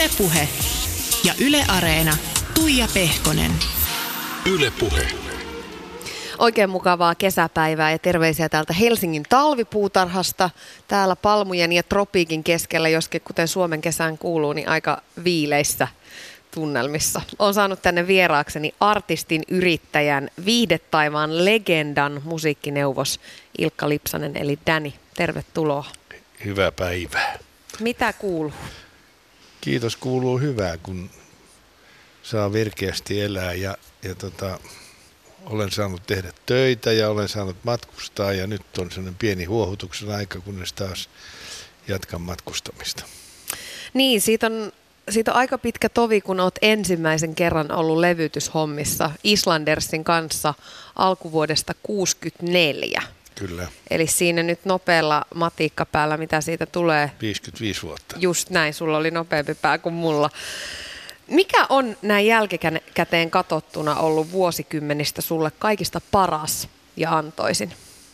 Yle Puhe ja Yle Areena. Tuija Pehkonen. Yle Puhe. Oikein mukavaa kesäpäivää ja terveisiä täältä Helsingin talvipuutarhasta. Täällä palmujen ja tropiikin keskellä, joskin kuten Suomen kesään kuuluu, niin aika viileissä tunnelmissa. Olen saanut tänne vieraakseni artistin, yrittäjän, viihdetaivaan legendan musiikkineuvos Ilkka Lipsanen eli Danny. Tervetuloa. Hyvää päivää. Mitä kuuluu? Kiitos, kuuluu hyvää, kun saa virkeästi elää ja olen saanut tehdä töitä ja olen saanut matkustaa ja nyt on sellainen pieni huohutuksen aika, kunnes taas jatkan matkustamista. Niin, siitä on aika pitkä tovi, kun olet ensimmäisen kerran ollut levytyshommissa Islandersin kanssa alkuvuodesta 1964. Kyllä. Eli siinä nyt nopealla matiikkapäällä, mitä siitä tulee? 55 vuotta. Just näin, sulla oli nopeampi pää kuin mulla. Mikä on näin jälkikäteen katsottuna ollut vuosikymmenistä sulle kaikista paras ja antoisin?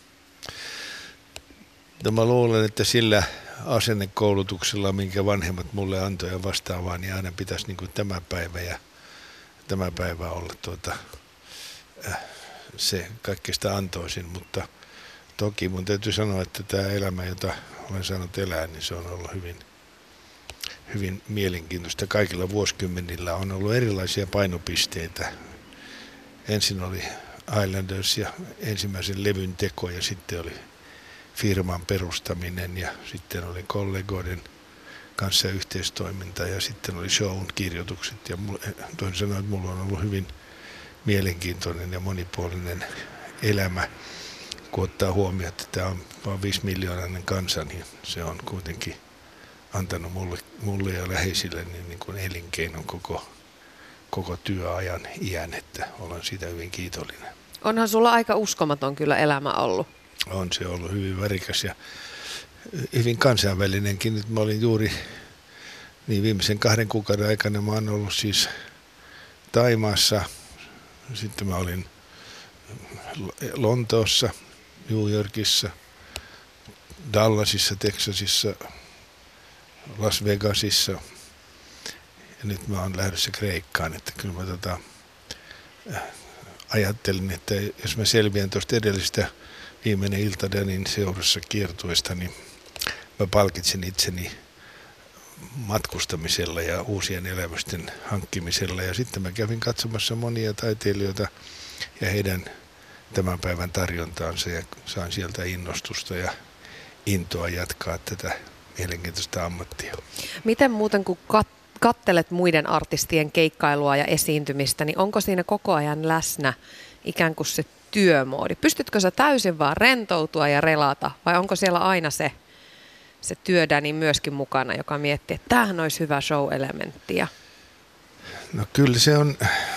No mä luulen, että sillä asennekoulutuksella, minkä vanhemmat mulle antoi ja vastaavaa, niin aina pitäisi niin kuin tämä päivä olla se kaikista antoisin, mutta toki mun täytyy sanoa, että tämä elämä, jota olen saanut elää, niin se on ollut hyvin mielenkiintoista. Kaikilla vuosikymmenillä on ollut erilaisia painopisteitä. Ensin oli Islanders ja ensimmäisen levyn teko ja sitten oli firman perustaminen ja sitten oli kollegoiden kanssa yhteistoiminta ja sitten oli shown kirjoitukset. Ja toisin sanoen, että mulla on ollut hyvin mielenkiintoinen ja monipuolinen elämä. Kun ottaa huomioon, että tämä on vain 5 miljoonainen kansa, niin se on kuitenkin antanut mulle ja läheisille niin kuin elinkeinon koko työajan iän, että olen siitä hyvin kiitollinen. Onhan sulla aika uskomaton kyllä elämä ollut. On se ollut hyvin värikäs ja hyvin kansainvälinenkin. Nyt mä olin juuri viimeisen 2 kuukauden aikana mä oon ollut siis Thaimaassa, sitten mä olin Lontoossa, New Yorkissa, Dallasissa, Texasissa, Las Vegasissa ja nyt mä oon lähdössä Kreikkaan, että kyllä mä ajattelin, että jos mä selviän tuosta edellisestä viimeinen ilta Danin seurassa kiertueesta, niin mä palkitsen itseni matkustamisella ja uusien elämysten hankkimisella ja sitten mä kävin katsomassa monia taiteilijoita ja heidän tämän päivän tarjontaansa ja saan sieltä innostusta ja intoa jatkaa tätä mielenkiintoista ammattia. Miten muuten kun kattelet muiden artistien keikkailua ja esiintymistä, niin onko siinä koko ajan läsnä ikään kuin se työmoodi? Pystytkö sä täysin vaan rentoutua ja relata vai onko siellä aina se työdäni myöskin mukana, joka miettii, että tämähän olisi hyvä show-elementti? No kyllä se on,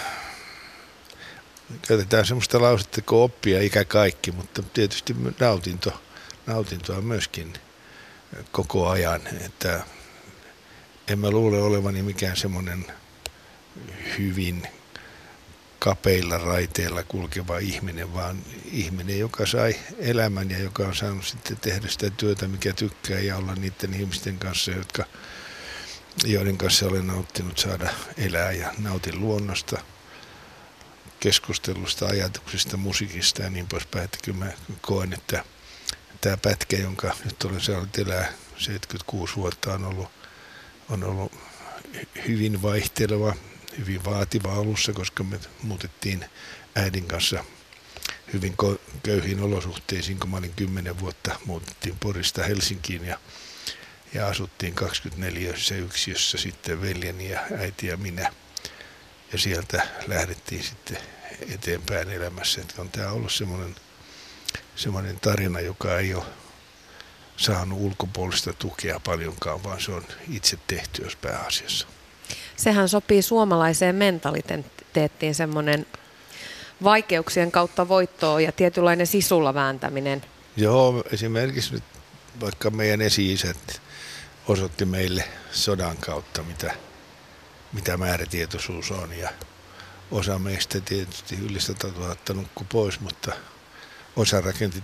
käytetään semmoista lausetta kuin oppia ikä kaikki, mutta tietysti nautintoa myöskin koko ajan, että en mä luule olevani mikään semmoinen hyvin kapeilla raiteilla kulkeva ihminen, vaan ihminen, joka sai elämän ja joka on saanut sitten tehdä sitä työtä, mikä tykkää ja olla niiden ihmisten kanssa, joiden kanssa olen nauttinut saada elää ja nautin luonnosta, keskustelusta, ajatuksista, musiikista ja niin poispäin, että kyllä mä koen, että tämä pätkä, jonka nyt olen saanut elää 76 vuotta, on ollut hyvin vaihteleva, hyvin vaativa alussa, koska me muutettiin äidin kanssa hyvin köyhiin olosuhteisiin, kun mä olin 10 vuotta, muutettiin Porista Helsinkiin ja asuttiin 24 yksiössä sitten veljeni ja äiti ja minä. Ja sieltä lähdettiin sitten eteenpäin elämässä. Että on tämä ollut semmoinen tarina, joka ei ole saanut ulkopuolista tukea paljonkaan, vaan se on itse tehty jos pääasiassa. Sehän sopii suomalaiseen mentaliteettiin, semmoinen vaikeuksien kautta voittoa ja tietynlainen sisulla vääntäminen. Joo, esimerkiksi nyt vaikka meidän esi-isät osoitti meille sodan kautta, mitä määrätietoisuus on ja osa meistä tietysti yli 100 000 nukkui pois, mutta osa rakenti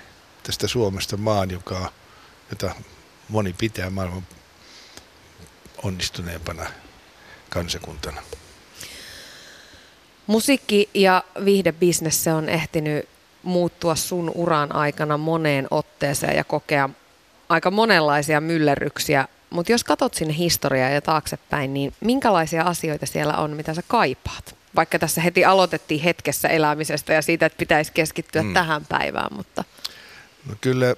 tästä Suomesta maan, jota moni pitää maailman onnistuneempana kansakuntana. Musiikki- ja viihdebisnes se on ehtinyt muuttua sun uran aikana moneen otteeseen ja kokea aika monenlaisia myllerryksiä. Mutta jos katsot sinne historiaa ja taaksepäin, niin minkälaisia asioita siellä on, mitä sä kaipaat? Vaikka tässä heti aloitettiin hetkessä elämisestä ja siitä, että pitäisi keskittyä tähän päivään. Mutta. No kyllä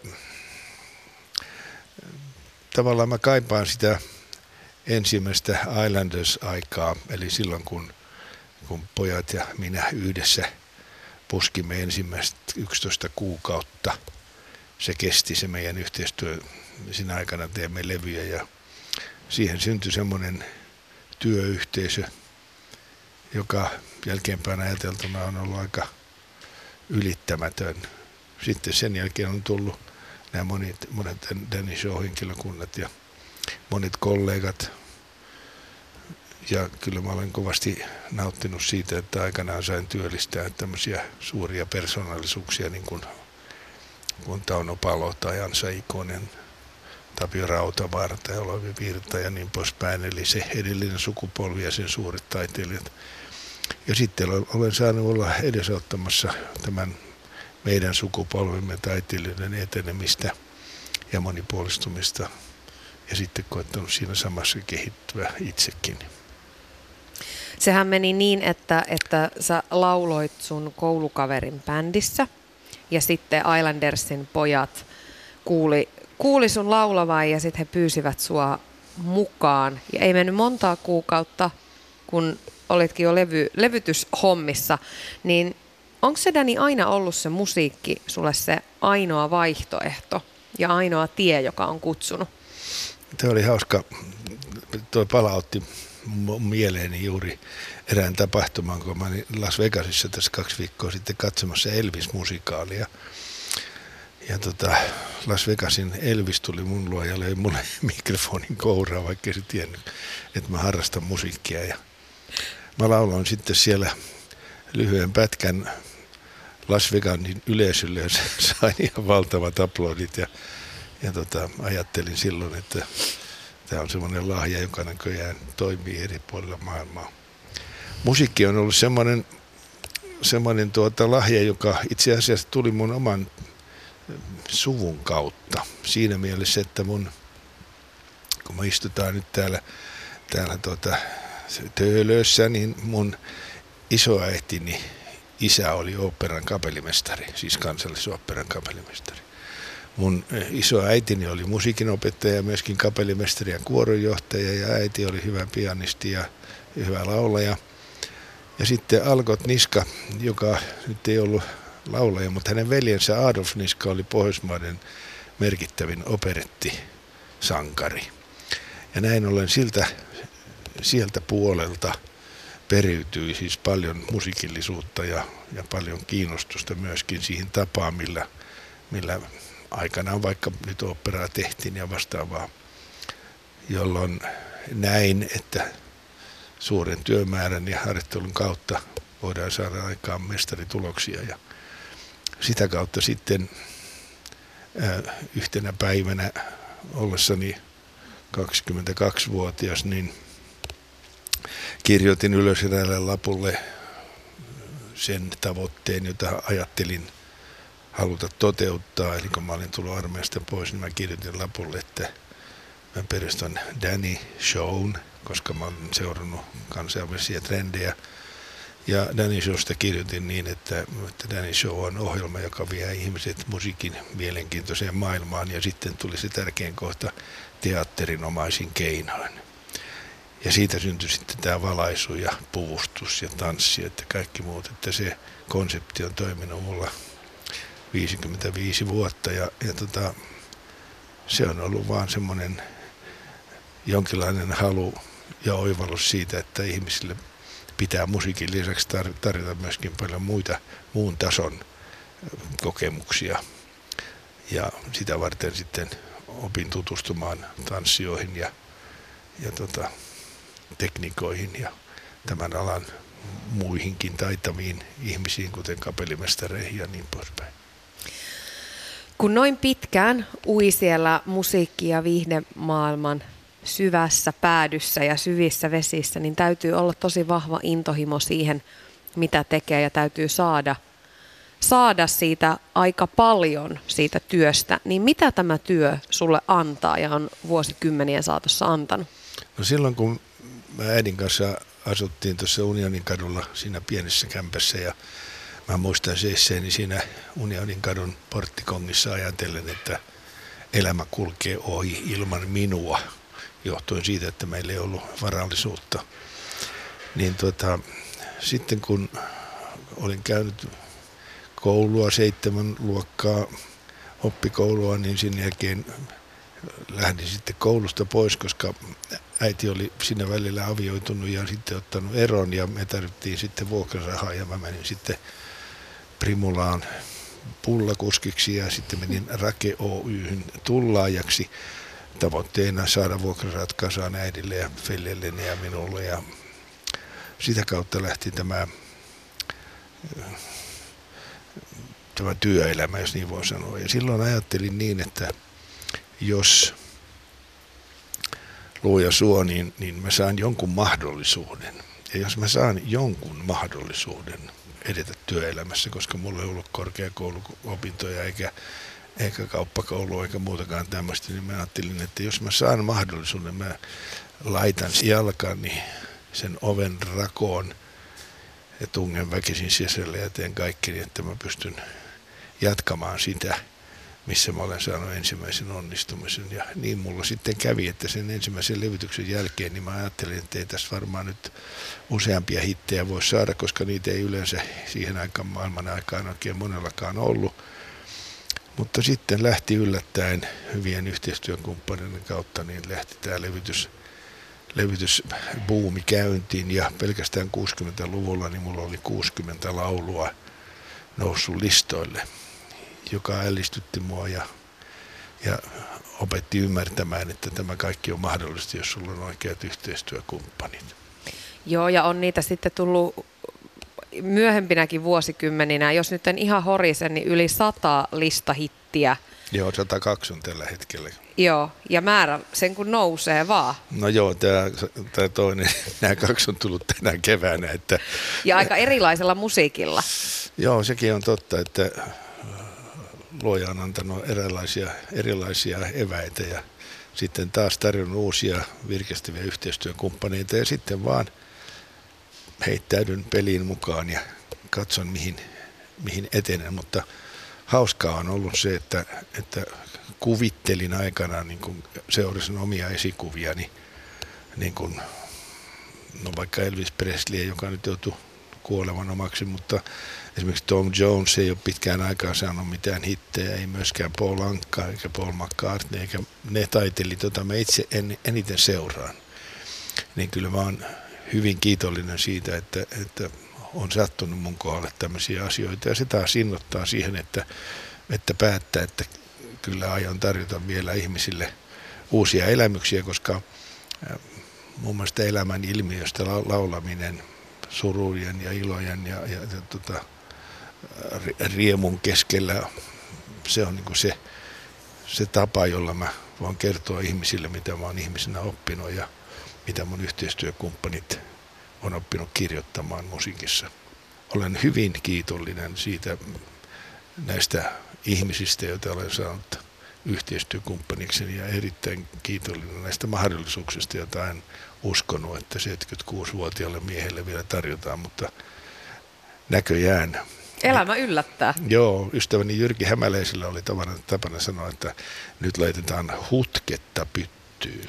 tavallaan mä kaipaan sitä ensimmäistä Islanders-aikaa, eli silloin kun pojat ja minä yhdessä puskimme ensimmäiset 11 kuukautta. Se kesti se meidän yhteistyö. Siinä aikana teemme levyjä ja siihen syntyi semmoinen työyhteisö, joka jälkeenpäin ajateltuna on ollut aika ylittämätön. Sitten sen jälkeen on tullut nämä monet Danny Show-henkilökunnat ja monet kollegat. Ja kyllä mä olen kovasti nauttinut siitä, että aikanaan sain työllistää tämmöisiä suuria persoonallisuuksia, niin kuin Tauno Palo tai Ansa Ikonen, Tapio Rautavaara tai Olavi Virta ja niin poispäin. Eli se edellinen sukupolvi ja sen suuret taiteilijat. Ja sitten olen saanut olla edesauttamassa tämän meidän sukupolvemme taiteilijoiden etenemistä ja monipuolistumista. Ja sitten koettanut siinä samassa kehittyä itsekin. Sehän meni niin, että sä lauloit sun koulukaverin bändissä ja sitten Islandersin pojat kuuli sun laulavan ja sitten he pyysivät sua mukaan. Ja ei mennyt montaa kuukautta, kun olitkin jo levytyshommissa, niin onko se, Danny, aina ollut se musiikki sulle se ainoa vaihtoehto ja ainoa tie, joka on kutsunut? Tämä oli hauska. Tuo palautti mieleeni juuri erään tapahtuman, kun mä olin Las Vegasissa tässä 2 viikkoa sitten katsomassa Elvis-musikaalia. Ja Las Vegasin Elvis tuli mun luo ja löi mulle mikrofonin kouraan, vaikka ei se tiennyt, että mä harrastan musiikkia. Ja mä lauloin sitten siellä lyhyen pätkän Las Vegasin yleisölle ja sain ihan valtavat aplodit. Ja ajattelin silloin, että tämä on semmoinen lahja, joka näköjään toimii eri puolilla maailmaa. Musiikki on ollut semmoinen lahja, joka itse asiassa tuli mun oman suvun kautta. Siinä mielessä, että kun me istutaan nyt täällä Töölössä, niin mun isoäitini isä oli oopperan kapellimestari, siis Kansallisoopperan kapellimestari. Mun isoäitini oli musiikinopettaja ja myöskin kapellimestari ja kuoronjohtaja ja äiti oli hyvä pianisti ja hyvä laulaja. Ja sitten Algot Niska, joka nyt ei ollut laulaja, mutta hänen veljensä Adolf Niska oli Pohjoismaiden merkittävin operettisankari. Ja näin ollen sieltä puolelta periytyi siis paljon musiikillisuutta ja paljon kiinnostusta myöskin siihen tapaan, millä aikanaan vaikka nyt oopperaa tehtiin ja vastaavaa, jolloin näin, että suuren työmäärän ja harjoittelun kautta voidaan saada aikaan mestarituloksia. Ja sitä kautta sitten yhtenä päivänä ollessani 22-vuotias, niin kirjoitin ylös eräälle lapulle sen tavoitteen, jota ajattelin haluta toteuttaa. Eli kun mä olin tullut armeijasta pois, niin mä kirjoitin lapulle, että mä perustan Danny Shown, koska mä olen seurannut kansainvälisiä trendejä. Ja Danny Showsta kirjoitin niin, että Danny Show on ohjelma, joka vie ihmiset musiikin mielenkiintoiseen maailmaan. Ja sitten tuli se tärkein kohta teatterinomaisin keinoin. Ja siitä syntyi sitten tämä valaisu ja puvustus ja tanssi, että kaikki muut. Että se konsepti on toiminut mulla 55 vuotta ja se on ollut vaan semmoinen jonkinlainen halu ja oivallus siitä, että ihmisille pitää musiikin lisäksi tarjota myöskin paljon muun tason kokemuksia. Ja sitä varten sitten opin tutustumaan tanssioihin ja tekniikoihin ja tämän alan muihinkin taitaviin ihmisiin, kuten kapellimestareihin ja niin poispäin. Kun noin pitkään ui siellä musiikki- ja viihdemaailman syvässä päädyssä ja syvissä vesissä, niin täytyy olla tosi vahva intohimo siihen, mitä tekee ja täytyy saada siitä aika paljon siitä työstä. Niin mitä tämä työ sulle antaa ja on vuosikymmenien saatossa antanut? No silloin kun mä äidin kanssa asuttiin tuossa Unionin kadulla siinä pienessä kämpässä ja mä muistan seisseeni siinä Unionin kadun porttikongissa ajatellen, että elämä kulkee ohi ilman minua, johtuen siitä, että meillä ei ollut varallisuutta. Niin sitten kun olin käynyt koulua, 7 luokkaa oppikoulua, niin sen jälkeen lähdin sitten koulusta pois, koska äiti oli siinä välillä avioitunut ja sitten ottanut eron ja me tarvittiin sitten vuokrarahaa ja mä menin sitten Primulaan pullakuskiksi ja sitten menin Rake Oy:hyn tullaajaksi. Tavoitteena saada vuokrarahat kasaan äidille ja veljelleni ja minulle ja sitä kautta lähti tämä työelämä, jos niin voi sanoa. Ja silloin ajattelin niin, että jos luoja suo, niin mä saan jonkun mahdollisuuden. Ja jos mä saan jonkun mahdollisuuden edetä työelämässä, koska mulla ei ollut korkeakouluopintoja eikä kauppakoulua eikä muutakaan tämmöistä, niin mä ajattelin, että jos mä saan mahdollisuuden, mä laitan jalkani sen oven rakoon ja tungen väkisin sisälle ja teen kaikki, että mä pystyn jatkamaan sitä, missä mä olen saanut ensimmäisen onnistumisen. Ja niin mulla sitten kävi, että sen ensimmäisen levytyksen jälkeen niin mä ajattelin, että ei tässä varmaan nyt useampia hittejä voi saada, koska niitä ei yleensä siihen aikaan maailman aikaan oikein monellakaan ollut. Mutta sitten lähti yllättäen hyvien yhteistyökumppaneiden kautta, niin lähti tämä levitysbuumi käyntiin ja pelkästään 60-luvulla niin mulla oli 60 laulua noussut listoille, joka ällistytti mua ja opetti ymmärtämään, että tämä kaikki on mahdollista, jos sulla on oikeat yhteistyökumppanit. Joo, ja on niitä sitten tullut myöhempinäkin vuosikymmeninä, jos nyt en ihan horisen, niin yli 100 listahittiä. Joo, 102 on tällä hetkellä. Joo, ja määrä sen kun nousee vaan. No joo, tämä toinen, nämä 2 on tullut tänä keväänä. Että ja aika erilaisella musiikilla. Joo, sekin on totta, että luoja on antanut erilaisia eväitä ja sitten taas tarjonnut uusia virkistäviä yhteistyökumppaneita ja sitten vaan heittäydyn peliin mukaan ja katson mihin etenen, mutta hauskaa on ollut se, että kuvittelin aikanaan, niin kun seurasin omia esikuviani, niin kun, no vaikka Elvis Presley, joka nyt joutui kuoleman omaksi, mutta esimerkiksi Tom Jones ei ole pitkään aikaa saanut mitään hittejä, ei myöskään Paul Anka eikä Paul McCartney, eikä ne taiteilijat, joita mä itse eniten seuraan. Niin kyllä mä oon hyvin kiitollinen siitä, että on sattunut mun kohdalle tämmöisiä asioita ja se taas innoittaa siihen, että päättää, että kyllä aion tarjota vielä ihmisille uusia elämyksiä, koska muun muassa elämän ilmiöstä laulaminen surujen ja ilojen ja riemun keskellä, se on niin kuin se tapa, jolla mä voin kertoa ihmisille, mitä mä oon ihmisenä oppinut ja mitä mun yhteistyökumppanit on oppinut kirjoittamaan musiikissa. Olen hyvin kiitollinen siitä näistä ihmisistä, joita olen saanut yhteistyökumppanikseni ja erittäin kiitollinen näistä mahdollisuuksista, joita en uskonut, että 76-vuotiaalle miehelle vielä tarjotaan, mutta näköjään. Elämä yllättää. Joo, ystäväni Jyrki Hämäläisellä oli tapana sanoa, että nyt laitetaan hutketta pyttyyn.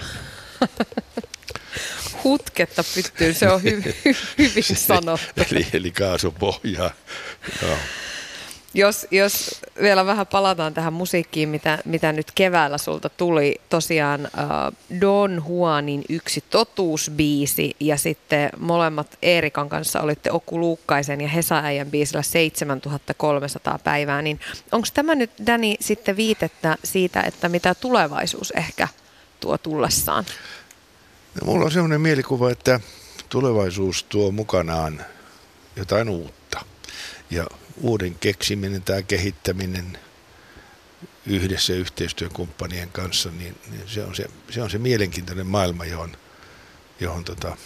Hutketta pyttyyn, se on hyvin sanottu. Eli kaasupohjaa. Joo. Jos vielä vähän palataan tähän musiikkiin, mitä nyt keväällä sulta tuli, tosiaan Don Juanin Yksi totuusbiisi ja sitten molemmat Eerikan kanssa olitte Oku Luukkaisen ja Hesa-äijän biisillä 7300 päivää, niin onko tämä nyt, Danny, sitten viitettä siitä, että mitä tulevaisuus ehkä tuo tullessaan? No, mulla on sellainen mielikuva, että tulevaisuus tuo mukanaan jotain uutta ja uuden keksiminen tai kehittäminen, yhdessä yhteistyökumppanien kanssa, niin se on se mielenkiintoinen maailma, johon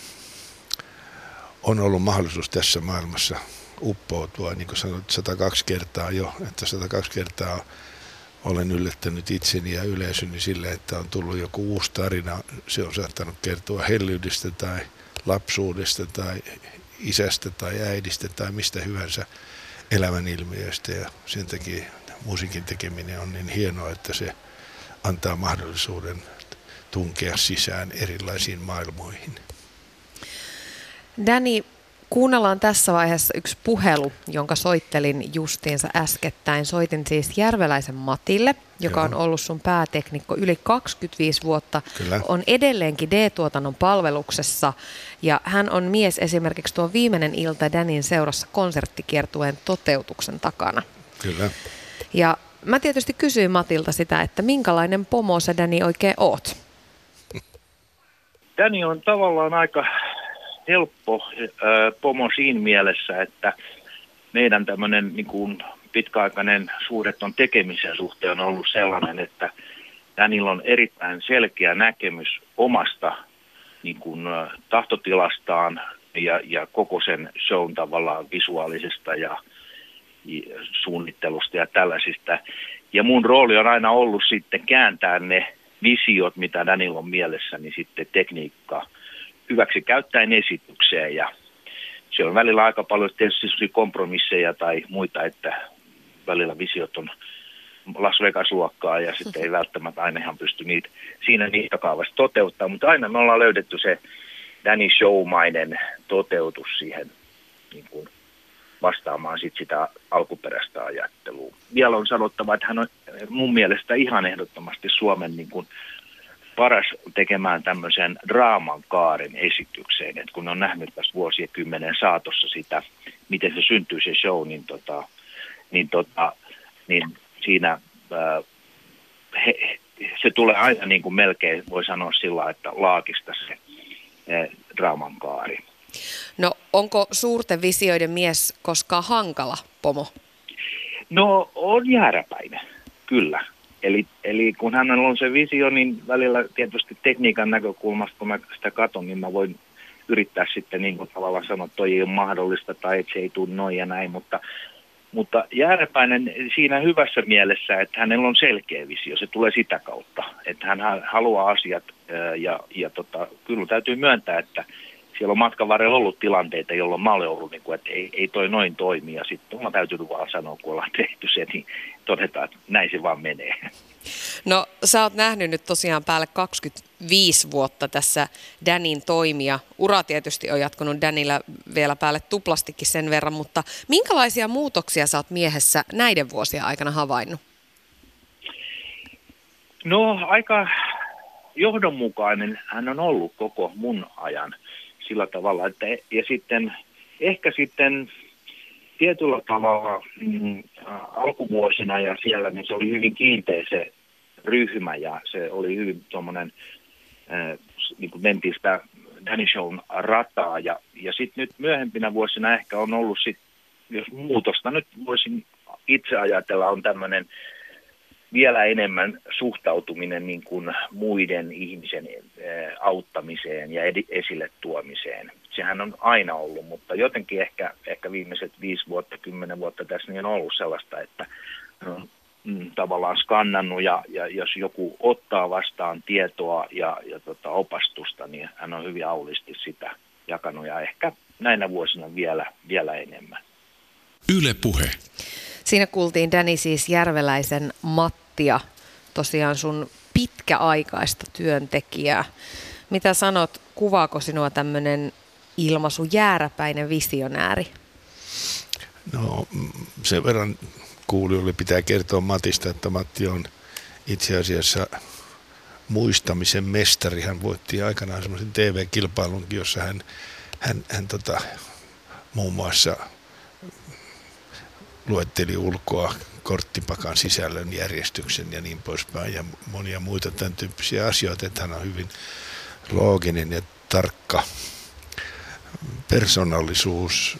on ollut mahdollisuus tässä maailmassa uppoutua, niin kuin sanoit, 102 kertaa jo, että 102 kertaa olen yllättänyt itseni ja yleisöni sille, että on tullut joku uusi tarina. Se on saattanut kertoa hellyydestä tai lapsuudesta tai isästä tai äidistä tai mistä hyvänsä elämän ilmiöistä. Ja sen takia musiikin tekeminen on niin hienoa, että se antaa mahdollisuuden tunkea sisään erilaisiin maailmoihin. Danny, kuunnellaan tässä vaiheessa yksi puhelu, jonka soittelin justiinsa äskettäin. Soitin siis Järveläisen Matille, joka on ollut sun pääteknikko yli 25 vuotta. Kyllä. On edelleenkin D-tuotannon palveluksessa ja hän on mies esimerkiksi tuon viimeinen ilta Dannyn seurassa konserttikiertueen toteutuksen takana. Kyllä. Ja mä tietysti kysyin Matilta sitä, että minkälainen pomo sä Danny oikein oot? Danny on tavallaan aika helppo pomo siinä mielessä, että meidän tämmöinen niin kuin pitkäaikainen suhde ton tekemisen suhteen on ollut sellainen, että Dannylla on erittäin selkeä näkemys omasta niin kuin tahtotilastaan ja koko sen shown tavallaan visuaalisesta ja suunnittelusta ja tällaisista. Ja mun rooli on aina ollut sitten kääntää ne visiot, mitä Dannylla on mielessä, niin sitten tekniikkaa hyväksi käyttäen esitykseen, ja se on välillä aika paljon tietysti kompromisseja tai muita, että välillä visiot on Las Vegas-luokkaa ja sitten ei välttämättä aina ihan pysty niitä siinä mittakaavassa toteuttaa, mutta aina me ollaan löydetty se Danny Show-mainen toteutus siihen niin kuin vastaamaan sit sitä alkuperäistä ajattelua. Vielä on sanottava, että hän on mun mielestä ihan ehdottomasti Suomen niin kuin paras tekemään tämmöisen draaman kaaren esitykseen, että kun on nähnyt tässä vuosikymmenen saatossa sitä, miten se syntyy se show, niin siinä se tulee aina niin kuin melkein, voi sanoa sillä, että laakista se draaman kaari. No onko suurten visioiden mies koskaan hankala pomo? No on jääräpäinen, kyllä. Eli kun hänellä on se visio, niin välillä tietysti tekniikan näkökulmasta, kun mä sitä katson, niin mä voin yrittää sitten niin kuin tavallaan sanoa, että toi ei ole mahdollista tai että se ei tule noin ja näin, mutta jääräpäinen siinä hyvässä mielessä, että hänellä on selkeä visio, se tulee sitä kautta, että hän haluaa asiat ja kyllä täytyy myöntää, että siellä on matkan varrella ollut tilanteita, jolloin mä olen ollut, niin kuin, että ei toi noin toimi. Ja sitten mä täytyy vaan sanoa, kun ollaan tehty se, niin todetaan, että näin se vaan menee. No sä oot nähnyt nyt tosiaan päälle 25 vuotta tässä Dannyn toimia. Ura tietysti on jatkunut Dannyllä vielä päälle tuplastikin sen verran, mutta minkälaisia muutoksia sä oot miehessä näiden vuosien aikana havainnut? No aika johdonmukainen hän on ollut koko mun ajan. Sillä tavalla, että ja sitten ehkä sitten tietyllä tavalla alkuvuosina ja siellä, niin se oli hyvin kiinteä se ryhmä ja se oli hyvin tuommoinen, niin kuin mentiin sitä Danny Shown rataa ja sitten nyt myöhempinä vuosina ehkä on ollut sitten, jos muutosta nyt voisin itse ajatella, on tämmöinen vielä enemmän suhtautuminen niin kuin muiden ihmisen auttamiseen ja esille tuomiseen. Sehän on aina ollut, mutta jotenkin ehkä viimeiset 5 vuotta, 10 vuotta tässä niin on ollut sellaista, että on tavallaan skannannut ja jos joku ottaa vastaan tietoa ja opastusta, niin hän on hyvin aulisti sitä jakanut ja ehkä näinä vuosina vielä enemmän. Yle Puhe. Siinä kuultiin Danny siis Järveläisen Mattia, tosiaan sun pitkäaikaista työntekijää. Mitä sanot, kuvaako sinua tämmöinen ilmaisu jääräpäinen visionääri? No sen verran kuulijoille pitää kertoa Matista, että Matti on itse asiassa muistamisen mestari. Hän voitti aikanaan semmoisen TV-kilpailunkin, jossa hän muun muassa luetteli ulkoa korttipakan sisällön järjestyksen ja niin poispäin ja monia muita tämän tyyppisiä asioita, että hän on hyvin looginen ja tarkka persoonallisuus,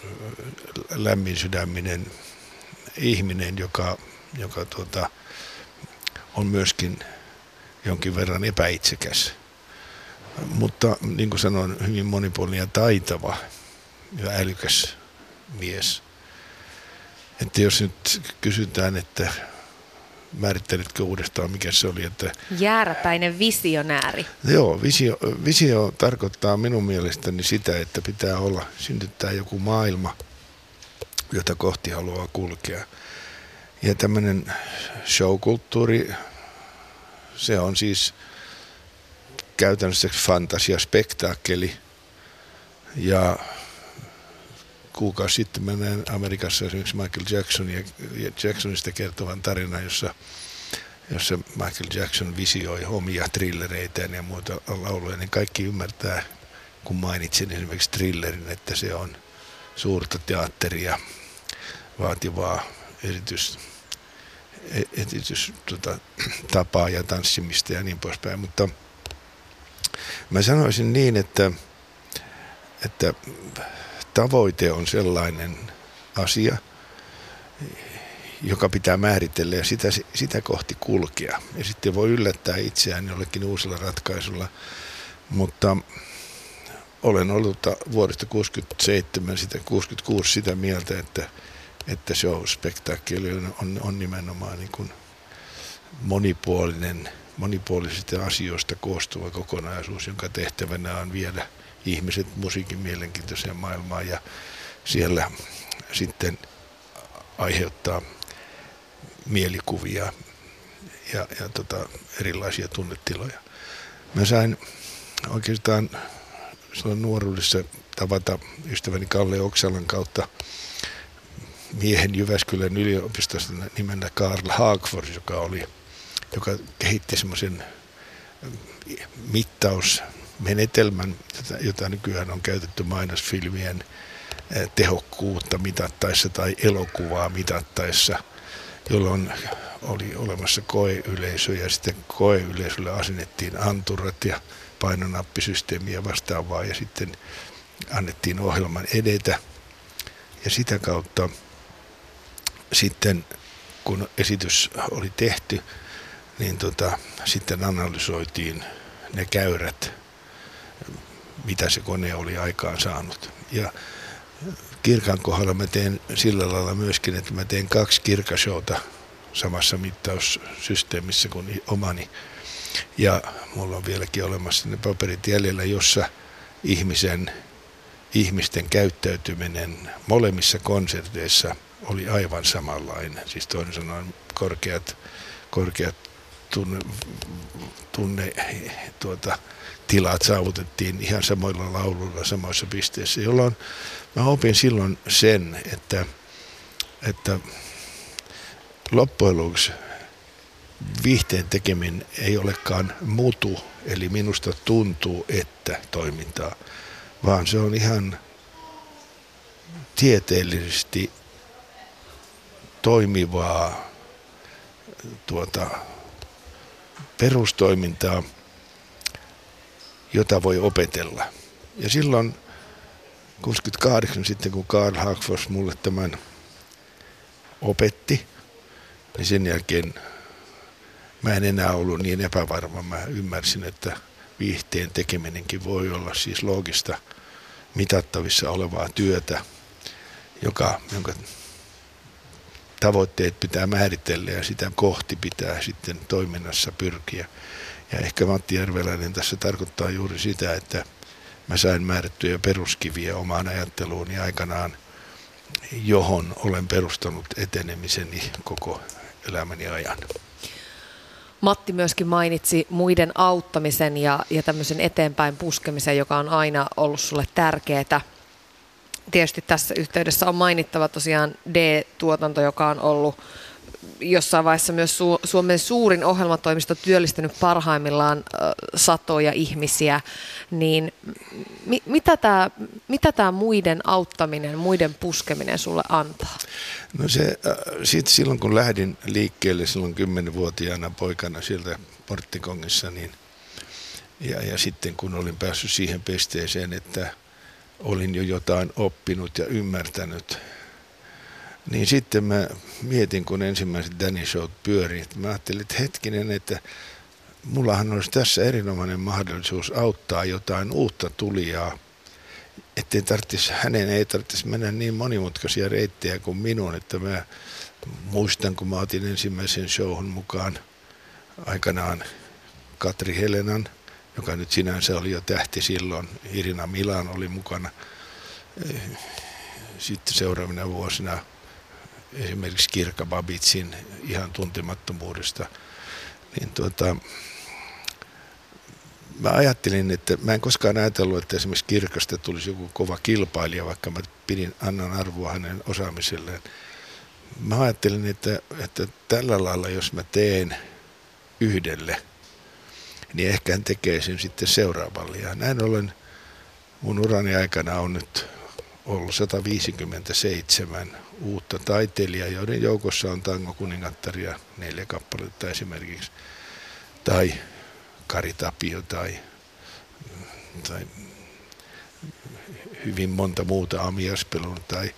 lämmin sydäminen ihminen, joka on myöskin jonkin verran epäitsekäs. Mutta niin kuin sanoin, hyvin monipuolinen ja taitava ja älykäs mies. Että jos nyt kysytään, että määrittelitkö uudestaan, mikä se oli, että... Jääräpäinen visionääri. Joo, visio tarkoittaa minun mielestäni sitä, että pitää synnyttää joku maailma, jota kohti haluaa kulkea. Ja tämmöinen showkulttuuri, se on siis käytännössä fantasia, spektaakkeli. Ja kuukausi sitten mä näin Amerikassa esimerkiksi Michael Jacksonista kertovan tarinan, jossa Michael Jackson visioi omia thrillereitään ja muita lauluja, niin kaikki ymmärtää, kun mainitsin esimerkiksi thrillerin, että se on suurta teatteria, vaativaa tapaa ja tanssimista ja niin poispäin. Mutta mä sanoisin niin, että tavoite on sellainen asia, joka pitää määritellä ja sitä kohti kulkea. Ja sitten voi yllättää itseään jollekin uusilla ratkaisulla, mutta olen ollut vuodesta 1967 sitä mieltä, että show-spektaakkeli on nimenomaan niin kuin monipuolisista asioista koostuva kokonaisuus, jonka tehtävänä on viedä ihmiset musiikin mielenkiintoiseen maailmaan ja siellä sitten aiheuttaa mielikuvia ja erilaisia tunnetiloja. Mä sain oikeastaan silloin nuoruudessa tavata ystäväni Kalle Oksalan kautta miehen Jyväskylän yliopistosta nimellä Karl Hagfors, joka kehitti semmoisen mittausmenetelmän, jota nykyään on käytetty mainosfilmien tehokkuutta mitattaessa tai elokuvaa mitattaessa, jolloin oli olemassa koeyleisö ja sitten koeyleisölle asennettiin anturat ja painonappisysteemi ja vastaavaa ja sitten annettiin ohjelman edetä ja sitä kautta sitten kun esitys oli tehty, niin sitten analysoitiin ne käyrät, mitä se kone oli aikaan saanut. Ja Kirkan kohdalla mä teen sillä lailla myöskin, että mä teen 2 kirkashowta samassa mittaussysteemissä kuin omani. Ja mulla on vieläkin olemassa ne paperit jäljellä, jossa ihmisten käyttäytyminen molemmissa konserteissa oli aivan samanlainen. Siis toinen sanoen korkeat tilat saavutettiin ihan samoilla lauluilla samoissa pisteissä, jolloin mä opin silloin sen, että loppujen lopuksi viihteen tekeminen ei olekaan mutu, eli minusta tuntuu, että toimintaa, vaan se on ihan tieteellisesti toimivaa perustoimintaa, jota voi opetella. Ja silloin 68 sitten, kun Karl Hagfors mulle tämän opetti, niin sen jälkeen mä en enää ollut niin epävarma. Mä ymmärsin, että viihteen tekeminenkin voi olla siis loogista mitattavissa olevaa työtä, jonka tavoitteet pitää määritellä ja sitä kohti pitää sitten toiminnassa pyrkiä. Ja ehkä Matti Järveläinen tässä tarkoittaa juuri sitä, että mä sain määrättyjä peruskiviä omaan ajatteluuni aikanaan, johon olen perustanut etenemiseni koko elämäni ajan. Matti myöskin mainitsi muiden auttamisen ja tämmöisen eteenpäin puskemisen, joka on aina ollut sulle tärkeää. Tietysti tässä yhteydessä on mainittava tosiaan D-tuotanto, joka on ollut jossain vaiheessa myös Suomen suurin ohjelmatoimisto, työllistänyt parhaimmillaan satoja ihmisiä, niin mitä tämä muiden auttaminen, muiden puskeminen sulle antaa? No se, silloin kun lähdin liikkeelle silloin 10-vuotiaana poikana sieltä Porttikongissa, niin, ja sitten kun olin päässyt siihen pisteeseen, että olin jo jotain oppinut ja ymmärtänyt, Niin sitten mä mietin, kun ensimmäiset Danny Showt pyörii, että mä ajattelin, että hetkinen, että mullahan olisi tässä erinomainen mahdollisuus auttaa jotain uutta tulijaa, ettei hänen ei tarvitsisi mennä niin monimutkaisia reittejä kuin minun, että mä muistan, kun mä otin ensimmäisen showhun mukaan aikanaan Katri Helenan, joka nyt sinänsä oli jo tähti silloin, Irina Milan oli mukana. Sitten seuraavina vuosina esimerkiksi Kirka Babitsin ihan tuntemattomuudesta, niin mä ajattelin, että mä en koskaan ajatellut, että esimerkiksi Kirkasta tulisi joku kova kilpailija, vaikka mä annan arvoa hänen osaamiselleen. Mä ajattelin, että tällä lailla, jos mä teen yhdelle, niin ehkä hän tekee sen sitten seuraavalle. Ja näin ollen mun urani aikana on nyt ollut 157 uutta taiteilijaa, joiden joukossa on Tango kuningattaria 4 kappaletta esimerkiksi, tai Kari Tapio tai hyvin monta muuta, Ami Aspelun tai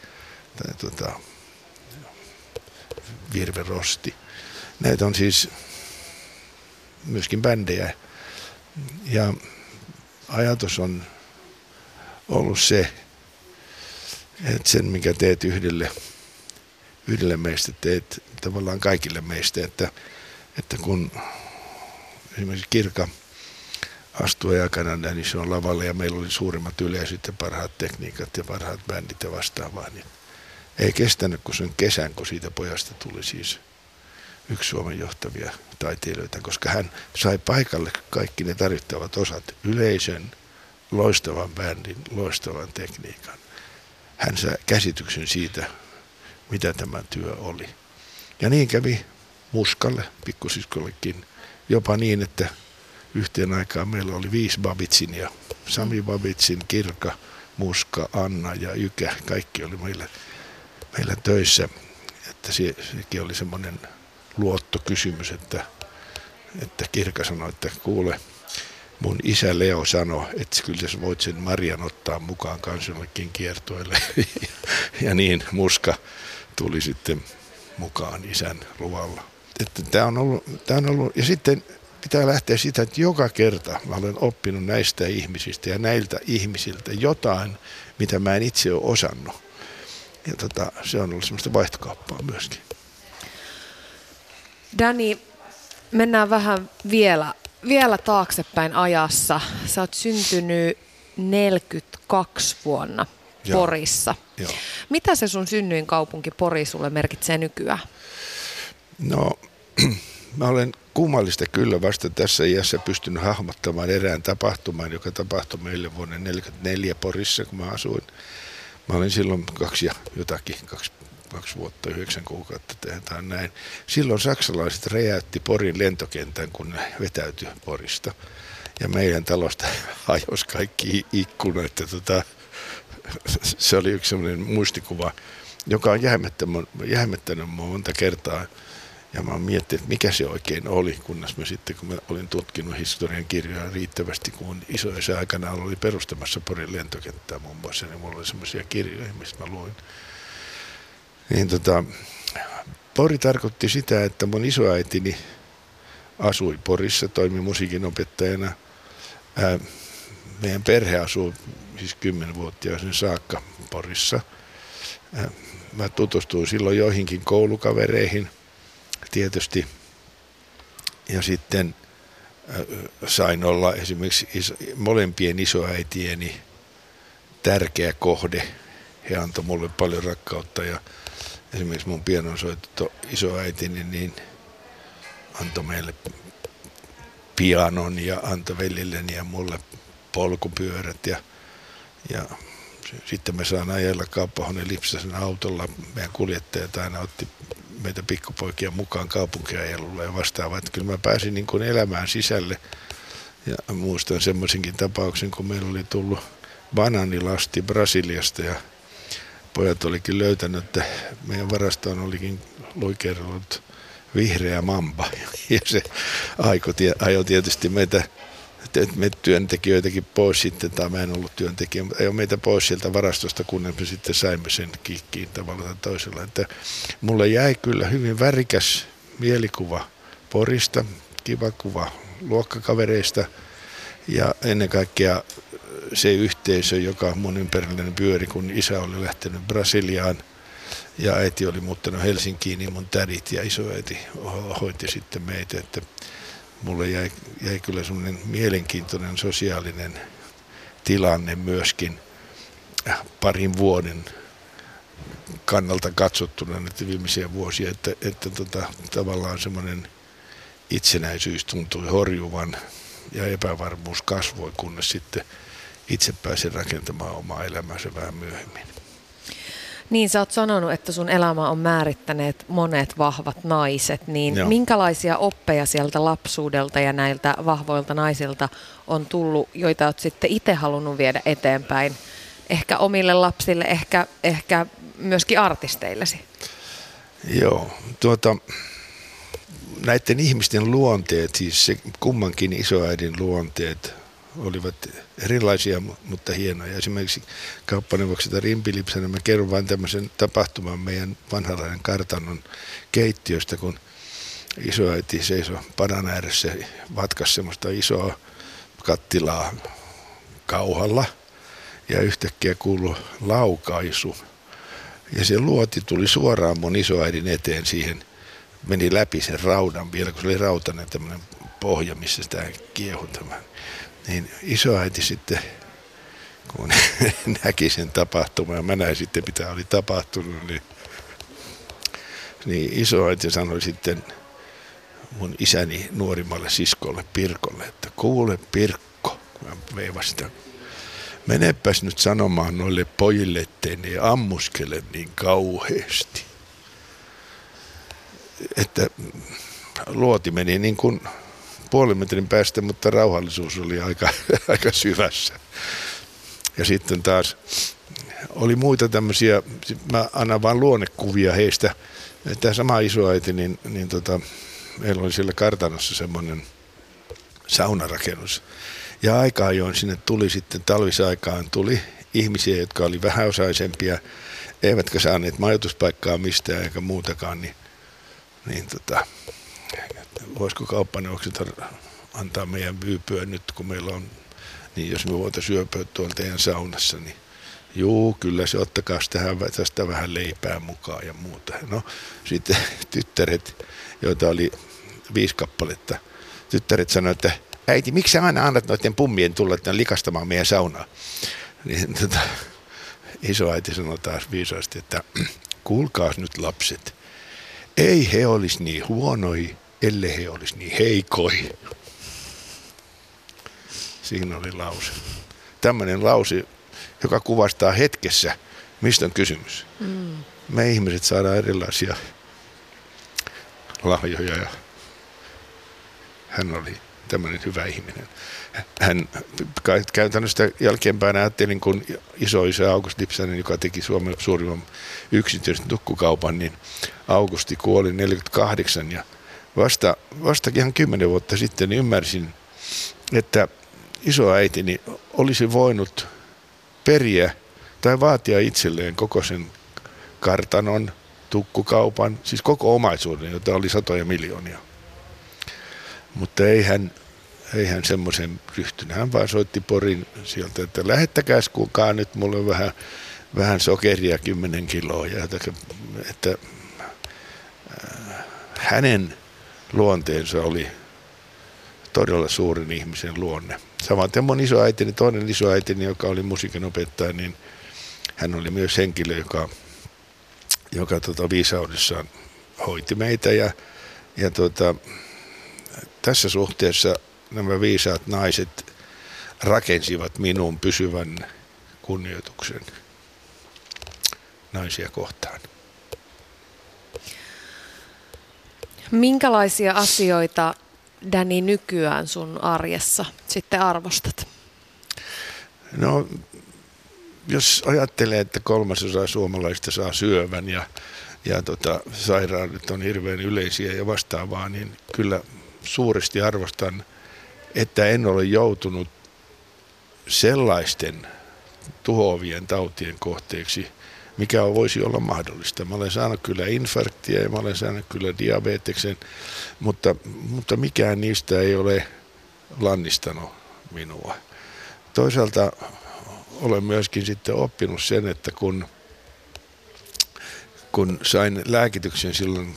Virve Rosti. Näitä on siis myöskin bändejä. Ja ajatus on ollut se, että sen mikä teet yhdelle meistä, teet tavallaan kaikille meistä, että kun esimerkiksi Kirka astui aikana niin se on lavalle ja meillä oli suurimmat yleisöt ja parhaat tekniikat ja parhaat bändit ja vastaavaa, niin ei kestänyt kuin sen kesän, kun siitä pojasta tuli siis yksi Suomen johtavia taiteilijoita, koska hän sai paikalle kaikki ne tarvittavat osat, yleisön, loistavan bändin, loistavan tekniikan. Hän sai käsityksen siitä, mitä tämä työ oli. Ja niin kävi Muskalle, pikkusiskollekin, jopa niin, että yhteen aikaan meillä oli 5 Babitsin ja Sami Babitsin, Kirka, Muska, Anna ja Ykä. Kaikki oli meillä töissä. Että sekin oli semmoinen luottokysymys, että Kirka sanoi, että kuule, mun isä Leo sanoi, että kyllä sä voit sen Marian ottaa mukaan kansallekin kiertoille. Ja niin Muska tuli sitten mukaan isän luvalla. Tämä on ollut, ja sitten pitää lähteä siitä, että joka kerta mä olen oppinut näistä ihmisistä ja näiltä ihmisiltä jotain, mitä mä en itse ole osannut. Ja se on ollut semmoista vaihtokauppaa myöskin. Danny, mennään vähän vielä taaksepäin ajassa. Sä oot syntynyt 42 vuonna Porissa. Joo. Mitä se sun synnyinkaupunki Pori sulle merkitsee nykyään? No, mä olen kummallista kyllä vasta tässä iässä pystynyt hahmottamaan erään tapahtuman, joka tapahtui meille vuonna 1944 Porissa, kun mä asuin. Mä olin silloin 2 vuotta, 9 kuukautta tehdään näin. Silloin saksalaiset räjäytti Porin lentokentän, kun ne vetäytyi Porista. Ja meidän talosta hajosi kaikki ikkunat. Se oli yksi sellainen muistikuva, joka on jähmettänyt mua monta kertaa. Ja mä oon miettinyt, että mikä se oikein oli, kunnes kun mä olin tutkinut historian kirjoja riittävästi, kun isoisä aikana oli perustamassa Porin lentokenttää muun muassa, niin mulla oli semmoisia kirjoja, mistä mä luin. Niin Pori tarkoitti sitä, että mun isoäitini asui Porissa, toimi musiikinopettajana. Meidän perhe asui siis 10-vuotiaisen saakka Porissa. Mä tutustuin silloin joihinkin koulukavereihin tietysti. Ja sitten sain olla esimerkiksi molempien isoäitieni tärkeä kohde. He antoi mulle paljon rakkautta ja esimerkiksi mun pianonsoitto isoäitini niin antoi meille pianon ja antoi velilleni ja mulle polkupyörät ja sitten me saan ajella Kauppahuoneen Lipsasen autolla. Meidän kuljettajat aina otti meitä pikkupoikia mukaan kaupunkiajelulla ja vastaavaa. Että kyllä mä pääsin niin kuin elämään sisälle ja muistan semmoisenkin tapauksen, kun meillä oli tullut banaanilasti Brasiliasta ja pojat olikin löytänyt, että meidän varastoon olikin luikerellut vihreä mamba. Ja se ajoi tietysti meitä me työntekijöitäkin pois sitten, tai mä en ollut työntekijä, mutta ei ole meitä pois sieltä varastosta, kunnes me sitten saimme sen kiikkiin tavalla tai toisella. Että mulle jäi kyllä hyvin värikäs mielikuva Porista, kiva kuva luokkakavereista ja ennen kaikkea se yhteisö, joka mun ympärilläni pyöri, kun isä oli lähtenyt Brasiliaan ja äiti oli muuttanut Helsinkiin, niin mun tädit ja isoäiti hoiti sitten meitä, että mulle jäi kyllä semmoinen mielenkiintoinen sosiaalinen tilanne myöskin parin vuoden kannalta katsottuna näitä viimeisiä vuosia, että tavallaan semmoinen itsenäisyys tuntui horjuvan ja epävarmuus kasvoi, kunnes sitten itse pääsin rakentamaan omaa elämäänsä vähän myöhemmin. Niin, sä oot sanonut, että sun elämä on määrittäneet monet vahvat naiset, niin Joo. minkälaisia oppeja sieltä lapsuudelta ja näiltä vahvoilta naisilta on tullut, joita oot sitten itse halunnut viedä eteenpäin? Ehkä omille lapsille, ehkä myöskin artisteillesi. Joo, näiden ihmisten luonteet, siis se kummankin isoäidin luonteet olivat erilaisia, mutta hienoja. Esimerkiksi kauppaneuvokselta Rimpilipsänä mä kerron vain tämmöisen tapahtuman meidän vanhanlainen kartanon keittiöstä, kun isoäiti seisoi padan ääressä, vatkasi semmoista isoa kattilaa kauhalla ja yhtäkkiä kuului laukaisu. Ja se luoti tuli suoraan mun isoäidin eteen siihen, meni läpi sen raudan vielä, kun se oli rautainen tämmöinen pohja, missä sitä kiehui tämän. Niin isoäiti sitten, kun näki sen tapahtuman ja mä näin sitten, mitä oli tapahtunut, niin isoäiti sanoi sitten mun isäni nuorimmalle siskolle Pirkolle, että kuule Pirkko, kun mä veivasin sitä, menepäs nyt sanomaan noille pojille, ettei ne ammuskele niin kauheasti. Että luoti meni niin kuin puolen metrin päästä, mutta rauhallisuus oli aika syvässä. Ja sitten taas oli muita tämmöisiä, mä annan vaan luonnekuvia heistä. Tämä sama isoäiti, niin meillä oli siellä kartanossa semmoinen saunarakennus. Ja aika ajoin sinne tuli sitten talvisaikaan tuli ihmisiä, jotka oli vähäosaisempia, eivätkä saaneet majoituspaikkaa mistään eikä muutakaan, niin voisiko kauppaneuvokset antaa meidän yöpyä nyt, kun meillä on, niin jos me voitaisiin yöpyä tuolla teidän saunassa, niin juu, kyllä se ottakaa tästä vähän leipää mukaan ja muuta. No sitten tyttäret, joita oli 5 kappaletta, tyttäret sanoi, että äiti, miksi sä aina annat noiden pummien tulla likastamaan meidän saunaa? Niin isoäiti sanoi taas viisaasti, että kuulkaas nyt lapset, ei he olisi niin huonoi, ellei he olisi niin heikoi. Siinä oli lause. Tämmöinen lause, joka kuvastaa hetkessä, mistä on kysymys. Me ihmiset saadaan erilaisia lahjoja ja hän oli tämmöinen hyvä ihminen. Hän käytännössä jälkeenpäin ajattelin, kun isoisä August Lipsanen, joka teki Suomen suurimman yksityisen tukkukaupan, niin Augusti kuoli 48 ja vasta ihan 10 vuotta sitten niin ymmärsin, että isoäitini olisi voinut periä tai vaatia itselleen koko sen kartanon, tukkukaupan, siis koko omaisuuden, jota oli satoja miljoonia. Mutta ei hän semmoisen ryhtynyt. Hän vaan soitti Porin sieltä, että lähettäkääs kuulkaa nyt mulle vähän sokeria 10 kiloa. Ja että hänen luonteensa oli todella suurin ihmisen luonne. Samaten mun isoäitini, toinen isoäitini, joka oli musiikin opettaja, niin hän oli myös henkilö, joka viisaudessaan hoiti meitä ja tässä suhteessa nämä viisaat naiset rakensivat minun pysyvän kunnioituksen naisia kohtaan. Minkälaisia asioita, Danny, nykyään sun arjessa sitten arvostat? No, jos ajattelee, että 3/3 suomalaisista saa syövän ja sairaudet on hirveän yleisiä ja vastaavaa, niin kyllä suuresti arvostan että en ole joutunut sellaisten tuhoavien tautien kohteeksi, mikä voisi olla mahdollista. Mä olen saanut kyllä infarktia ja mä olen saanut kyllä diabeteksen, mutta mikään niistä ei ole lannistanut minua. Toisaalta olen myöskin sitten oppinut sen, että kun sain lääkityksen silloin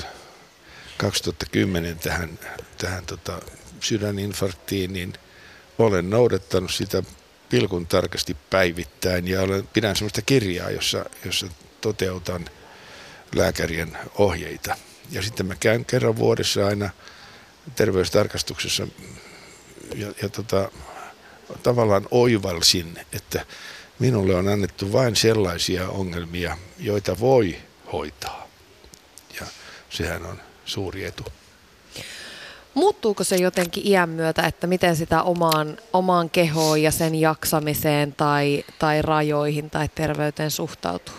2010 tähän sydäninfarktiin, niin olen noudattanut sitä pilkun tarkasti päivittäin ja pidän sellaista kirjaa, jossa toteutan lääkärien ohjeita. Ja sitten mä käyn kerran vuodessa aina terveystarkastuksessa ja tavallaan oivalsin, että minulle on annettu vain sellaisia ongelmia, joita voi hoitaa. Ja sehän on suuri etu. Muuttuuko se jotenkin iän myötä, että miten sitä omaan kehoon ja sen jaksamiseen tai rajoihin tai terveyteen suhtautuu?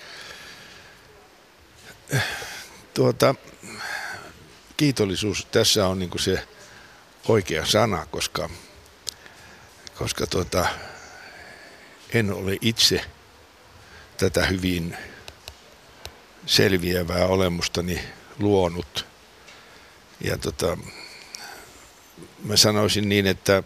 Kiitollisuus tässä on niin kuin se oikea sana, koska en ole itse tätä hyvin selviävää olemustani luonut. Ja mä sanoisin niin, että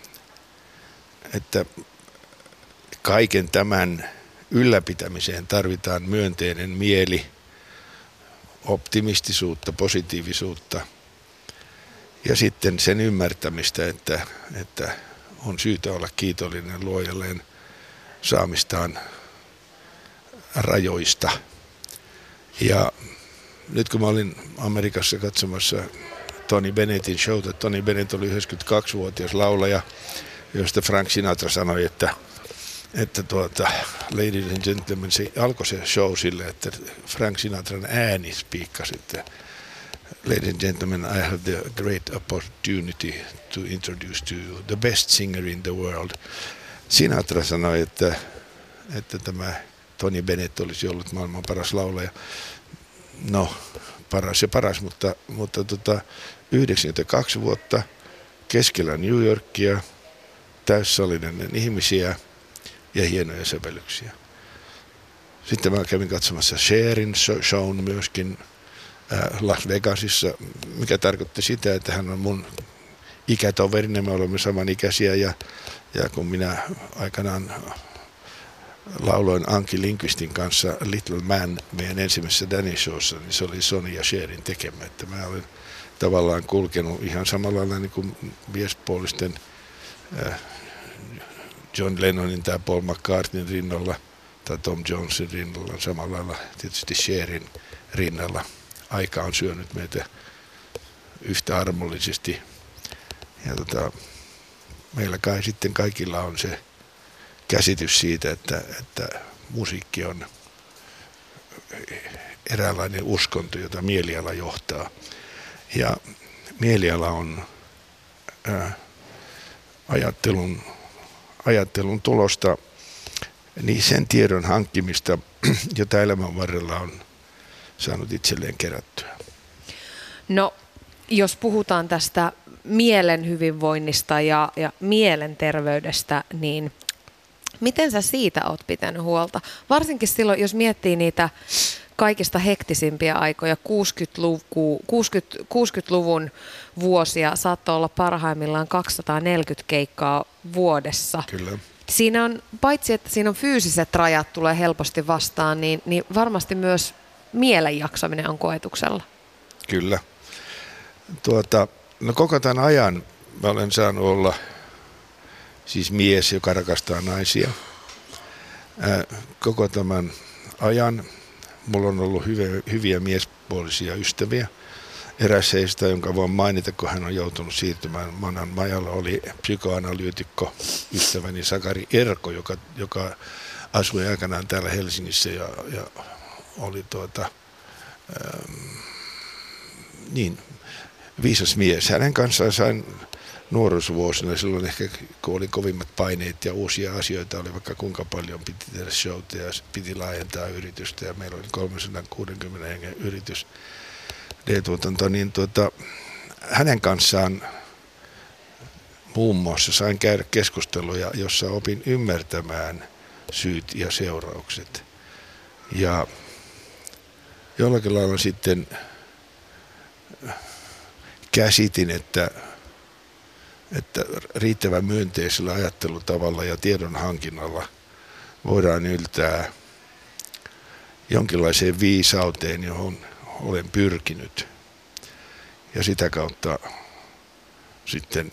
kaiken tämän ylläpitämiseen tarvitaan myönteinen mieli, optimistisuutta, positiivisuutta ja sitten sen ymmärtämistä, että on syytä olla kiitollinen luojalleen saamistaan rajoista. Ja nyt kun mä olin Amerikassa katsomassa Tony Bennettin showta, Tony Bennett oli 92-vuotias laulaja, josta Frank Sinatra sanoi, että ladies and gentlemen, se alkoi se show sille, että Frank Sinatran ääni spiikkasi, että ladies and gentlemen, I have the great opportunity to introduce to you the best singer in the world. Sinatra sanoi, että tämä Tony Bennett olisi ollut maailman paras laulaja. No, paras, mutta 92 vuotta keskellä New Yorkia, täyssalinen ihmisiä ja hienoja sävellyksiä. Sitten mä kävin katsomassa Sherin shown myöskin Las Vegasissa, mikä tarkoitti sitä, että hän on mun ikätoverina, me olemme samanikäisiä ja kun minä aikanaan lauloin Anki Lindqvistin kanssa Little Man meidän ensimmäisessä Danny Showssa, niin se oli Sonny ja Sherin tekemä. Että mä olen tavallaan kulkenut ihan samalla lailla niin kuin miespuolisten John Lennonin tai Paul McCartneyn rinnalla tai Tom Jonesin rinnalla, samalla lailla tietysti Sherin rinnalla. Aika on syönyt meitä yhtä armollisesti. Ja meillä kai sitten kaikilla on se käsitys siitä, että musiikki on eräänlainen uskonto, jota mieliala johtaa. Ja mieliala on ajattelun tulosta, niin sen tiedon hankkimista, jota elämän varrella on saanut itselleen kerättyä. No, jos puhutaan tästä mielen hyvinvoinnista ja mielenterveydestä, niin miten sä siitä oot pitänyt huolta? Varsinkin silloin, jos miettii niitä kaikista hektisimpiä aikoja, 60-luvun vuosia, saattoi olla parhaimmillaan 240 keikkaa vuodessa. Kyllä. Siinä on, paitsi että siinä on fyysiset rajat tulee helposti vastaan, niin varmasti myös mielen jaksaminen on koetuksella. Kyllä. No koko tämän ajan mä olen saanut olla siis mies, joka rakastaa naisia. Koko tämän ajan mulla on ollut hyviä miespuolisia ystäviä. Eräs heistä, jonka voin mainita, kun hän on joutunut siirtymään Manan majalla, oli psykoanalyytikko ystäväni Sakari Erko, joka asui aikanaan täällä Helsingissä ja oli viisas mies. Hänen kanssaan sain nuoruusvuosina, silloin ehkä kun oli kovimmat paineet ja uusia asioita oli vaikka kuinka paljon, piti tehdä showta ja piti laajentaa yritystä ja meillä oli 360 hengen yritys D-tuotanto, niin hänen kanssaan muun muassa sain käydä keskusteluja, jossa opin ymmärtämään syyt ja seuraukset. Ja jollakin lailla sitten käsitin, että riittävän myönteisellä ajattelutavalla ja tiedon hankinnalla voidaan yltää jonkinlaiseen viisauteen, johon olen pyrkinyt. Ja sitä kautta sitten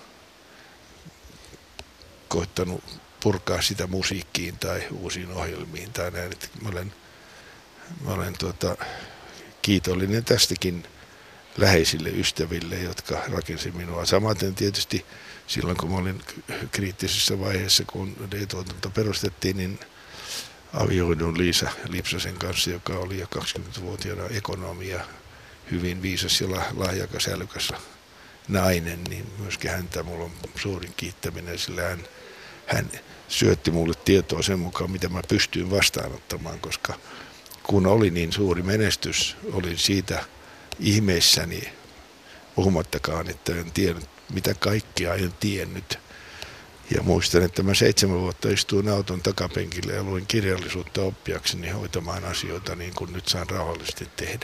koittanut purkaa sitä musiikkiin tai uusiin ohjelmiin tai näin. Mä olen kiitollinen tästäkin läheisille ystäville, jotka rakensi minua. Samaten tietysti silloin, kun mä olin kriittisessä vaiheessa, kun D-tuotanto perustettiin, niin avioidun Liisa Lipsasen kanssa, joka oli jo 20-vuotiaana ekonomi ja hyvin viisas ja lahjakas, älykäs nainen, niin myöskin häntä mulla on suurin kiittäminen, sillä hän syötti mulle tietoa sen mukaan, mitä mä pystyin vastaanottamaan, koska kun oli niin suuri menestys, olin siitä ihmeissäni, puhumattakaan, että en tiennyt, mitä kaikkea en tiennyt. Ja muistan, että mä 7 vuotta istuin auton takapenkille ja luin kirjallisuutta oppiakseni hoitamaan asioita niin kuin nyt saan rauhallisesti tehdä.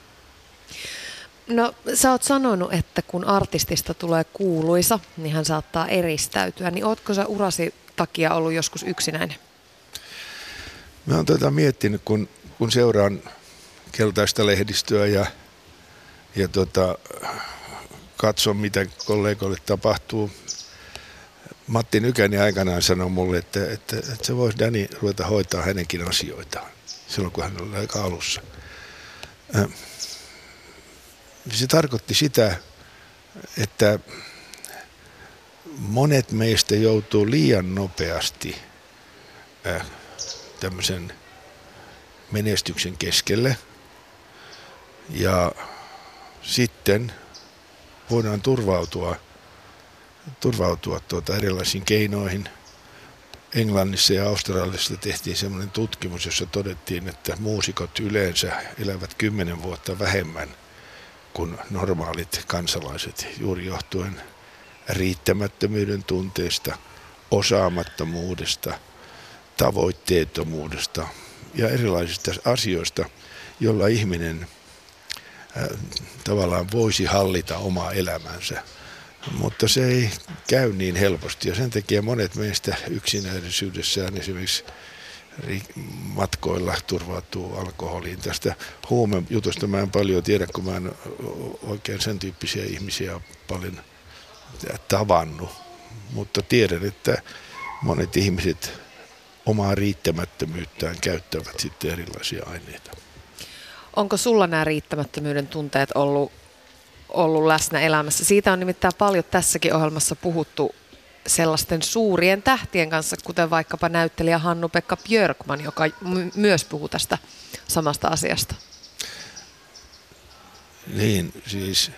No, sä oot sanonut, että kun artistista tulee kuuluisa, niin hän saattaa eristäytyä. Niin ootko sä urasi takia ollut joskus yksinäinen? Mä oon miettinyt, kun seuraan keltaista lehdistöä ja katson, mitä kollegoille tapahtuu. Matti Nykänen aikanaan sanoi mulle, että se voisi Dani ruveta hoitaa hänenkin asioitaan silloin, kun hän oli aika alussa. Se tarkoitti sitä, että monet meistä joutuu liian nopeasti tämmöisen menestyksen keskelle ja sitten voidaan turvautua erilaisiin keinoihin. Englannissa ja Australiassa tehtiin semmoinen tutkimus, jossa todettiin, että muusikot yleensä elävät 10 vuotta vähemmän kuin normaalit kansalaiset, juuri johtuen riittämättömyyden tunteesta, osaamattomuudesta, tavoitteettomuudesta ja erilaisista asioista, joilla ihminen tavallaan voisi hallita omaa elämänsä. Mutta se ei käy niin helposti ja sen takia monet meistä yksinäisyydessään esimerkiksi matkoilla turvautuu alkoholiin. Tästä huumejutusta mä en paljon tiedä, kun mä en oikein sen tyyppisiä ihmisiä paljon tavannut. Mutta tiedän, että monet ihmiset omaa riittämättömyyttään käyttävät sitten erilaisia aineita. Onko sulla nämä riittämättömyyden tunteet ollut läsnä elämässä? Siitä on nimittäin paljon tässäkin ohjelmassa puhuttu sellaisten suurien tähtien kanssa, kuten vaikkapa näyttelijä Hannu-Pekka Björkman, joka myös puhuu tästä samasta asiasta. Niin, siis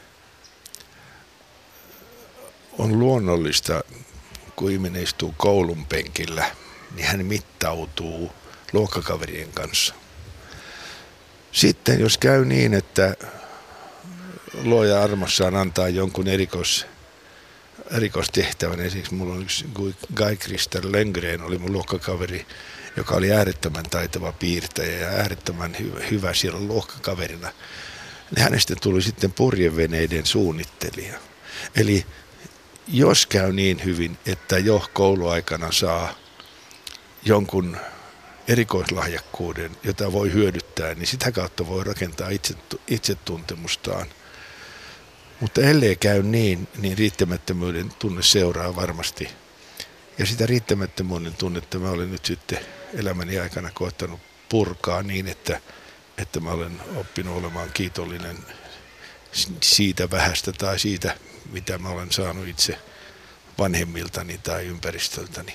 on luonnollista, kun ihminen istuu koulun penkillä, niin hän mittautuu luokkakaverien kanssa. Sitten jos käy niin, että luoja armossaan antaa jonkun erikoistehtävän. Esimerkiksi mulla on yksi Guy Christer Lenngren, oli mun luokkakaveri, joka oli äärettömän taitava piirtäjä ja äärettömän hyvä siellä luokkakaverina. Hänestä tuli sitten purjeveneiden suunnittelija. Eli jos käy niin hyvin, että jo kouluaikana saa jonkun erikoislahjakkuuden, jota voi hyödyttää, niin sitä kautta voi rakentaa itsetuntemustaan. Mutta ellei käy niin riittämättömyyden tunne seuraa varmasti. Ja sitä riittämättömyyden tunnetta mä olen nyt sitten elämäni aikana koettanut purkaa niin, että mä olen oppinut olemaan kiitollinen siitä vähästä tai siitä, mitä mä olen saanut itse vanhemmiltani tai ympäristöltäni.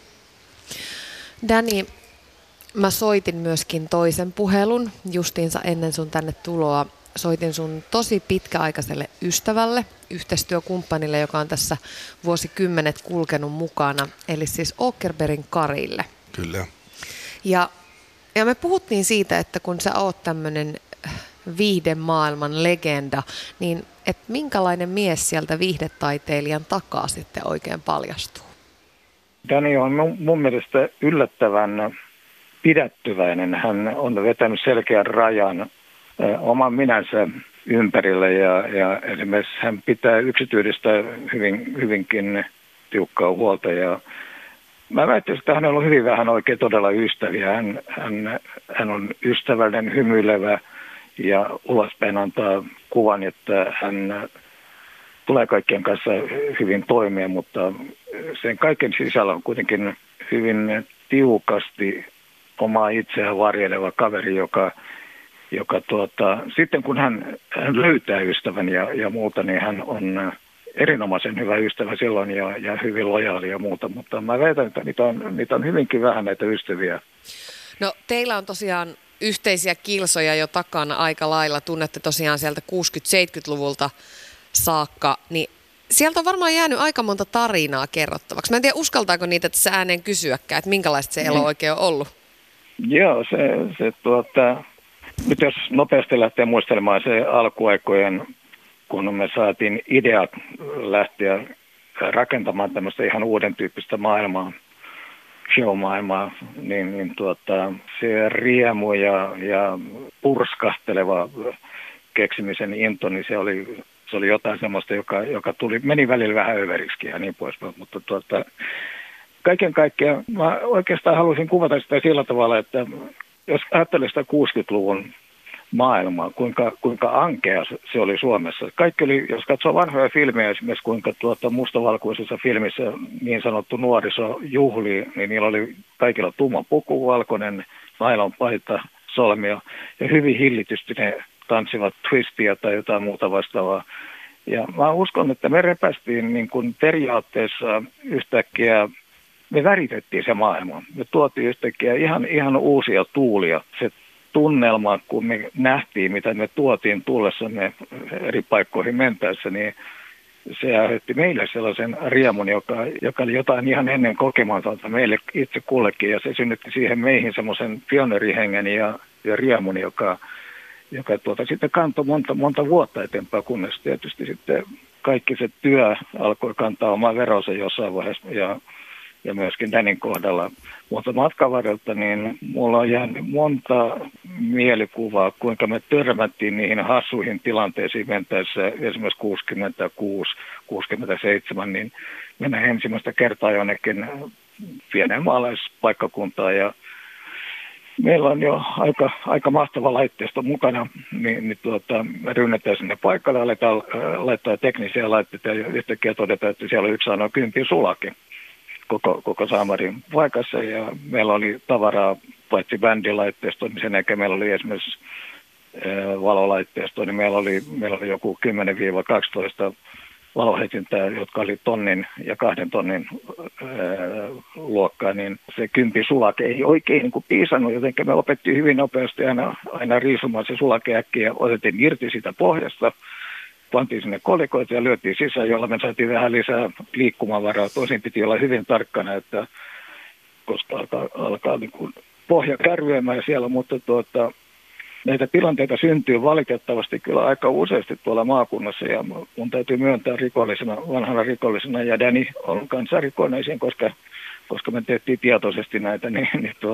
Dani, mä soitin myöskin toisen puhelun justiinsa ennen sun tänne tuloa. Soitin sun tosi pitkäaikaiselle ystävälle, yhteistyökumppanille, joka on tässä vuosikymmenet kulkenut mukana, eli siis Åkerbergin Karille. Kyllä. Ja me puhuttiin siitä, että kun sä oot tämmönen viihdemaailman legenda, niin minkälainen mies sieltä viihdetaiteilijan takaa sitten oikein paljastuu? Dani on mun mielestä yllättävän pidättyväinen. Hän on vetänyt selkeän rajan oman minänsä ympärille ja esimerkiksi hän pitää yksityistä hyvinkin tiukkaa huolta. Ja mä väittäisin, että hänellä on hyvin vähän oikein todella ystäviä. Hän on ystävällinen, hymyilevä ja ulospäin antaa kuvan, että hän tulee kaikkien kanssa hyvin toimeen, mutta sen kaiken sisällä on kuitenkin hyvin tiukasti omaa itseään varjeleva kaveri, joka sitten kun hän löytää ystävän ja muuta, niin hän on erinomaisen hyvä ystävä silloin ja hyvin lojaali ja muuta, mutta mä väitän, että niitä on hyvinkin vähän näitä ystäviä. No teillä on tosiaan yhteisiä kilsoja jo takana aika lailla, tunnette tosiaan sieltä 60-70-luvulta saakka, niin sieltä on varmaan jäänyt aika monta tarinaa kerrottavaksi. Mä en tiedä, uskaltaako niitä tässä ääneen kysyäkään, että minkälaista se elo oikein on ollut? Joo, nyt jos nopeasti lähtee muistelemaan se alkuaikojen, kun me saatiin idea lähteä rakentamaan tämmöistä ihan uuden tyyppistä maailmaa, show-maailmaa, niin se riemu ja purskahteleva keksimisen into, niin se oli jotain semmoista, joka meni välillä vähän överiksi ja niin poispäin, mutta kaiken kaikkiaan mä oikeastaan haluaisin kuvata sitä sillä tavalla, että jos ajattelee sitä 60-luvun maailmaa, kuinka ankea se oli Suomessa. Kaikki oli, jos katsoo vanhoja filmejä esimerkiksi, kuinka mustavalkoisessa filmissä niin sanottu nuoriso juhli, niin niillä oli kaikilla tumma puku, valkoinen, nailonpaita, solmio ja hyvin hillitysti ne tanssivat twistia tai jotain muuta vastaavaa. Ja mä uskon, että me repästiin niin kuin periaatteessa yhtäkkiä, me väritettiin se maailma. Me tuotiin yhtäkkiä ihan uusia tuulia. Se tunnelma, kun me nähtiin, mitä me tuotiin tullessamme eri paikkoihin mentäessä, niin se aiheutti meille sellaisen riemun, joka oli jotain ihan ennen kokematonta meille itse kullekin. Ja se synnytti siihen meihin semmoisen pioneerihengen ja riemun, joka sitten kantoi monta vuotta eteenpäin, kunnes tietysti sitten kaikki se työ alkoi kantaa omaa veronsa jossain vaiheessa ja myöskin Danin kohdalla. Mutta matkan varrelta niin mulla on jäänyt monta mielikuvaa, kuinka me törmättiin niihin hassuihin tilanteisiin mentäessä esimerkiksi 66, 67, niin mennään ensimmäistä kertaa jonnekin pienen maalaispaikkakuntaan ja meillä on jo aika mahtava laitteisto mukana, niin me rynnätään sinne paikalle ja laittaa teknisiä laitteita ja yhtäkkiä todetaan, että siellä on yksi ainoa kympi sulake koko Saamarin paikassa ja meillä oli tavaraa paitsi bändilaitteisto, niin sen jälkeen meillä oli esimerkiksi valolaitteisto, niin meillä oli joku 10-12 valohetintää, jotka oli 1 tonnin ja 2 tonnin luokkaa, niin se kympi sulake ei oikein niin kuin piisannut, joten me opettiin hyvin nopeasti aina riisumaan se sulake äkkiä ja otettiin irti sitä pohjasta, pantiin sinne kolikoita ja lyötiin sisään, jolla me saatiin vähän lisää liikkumavaraa. Tosin piti olla hyvin tarkkana, että koska alkaa niin kuin pohja kärryämään siellä, mutta näitä tilanteita syntyy valitettavasti kyllä aika useasti tuolla maakunnassa ja mun täytyy myöntää vanhana rikollisena ja Dani on kanssa rikollinen, koska me tehtiin tietoisesti näitä, niin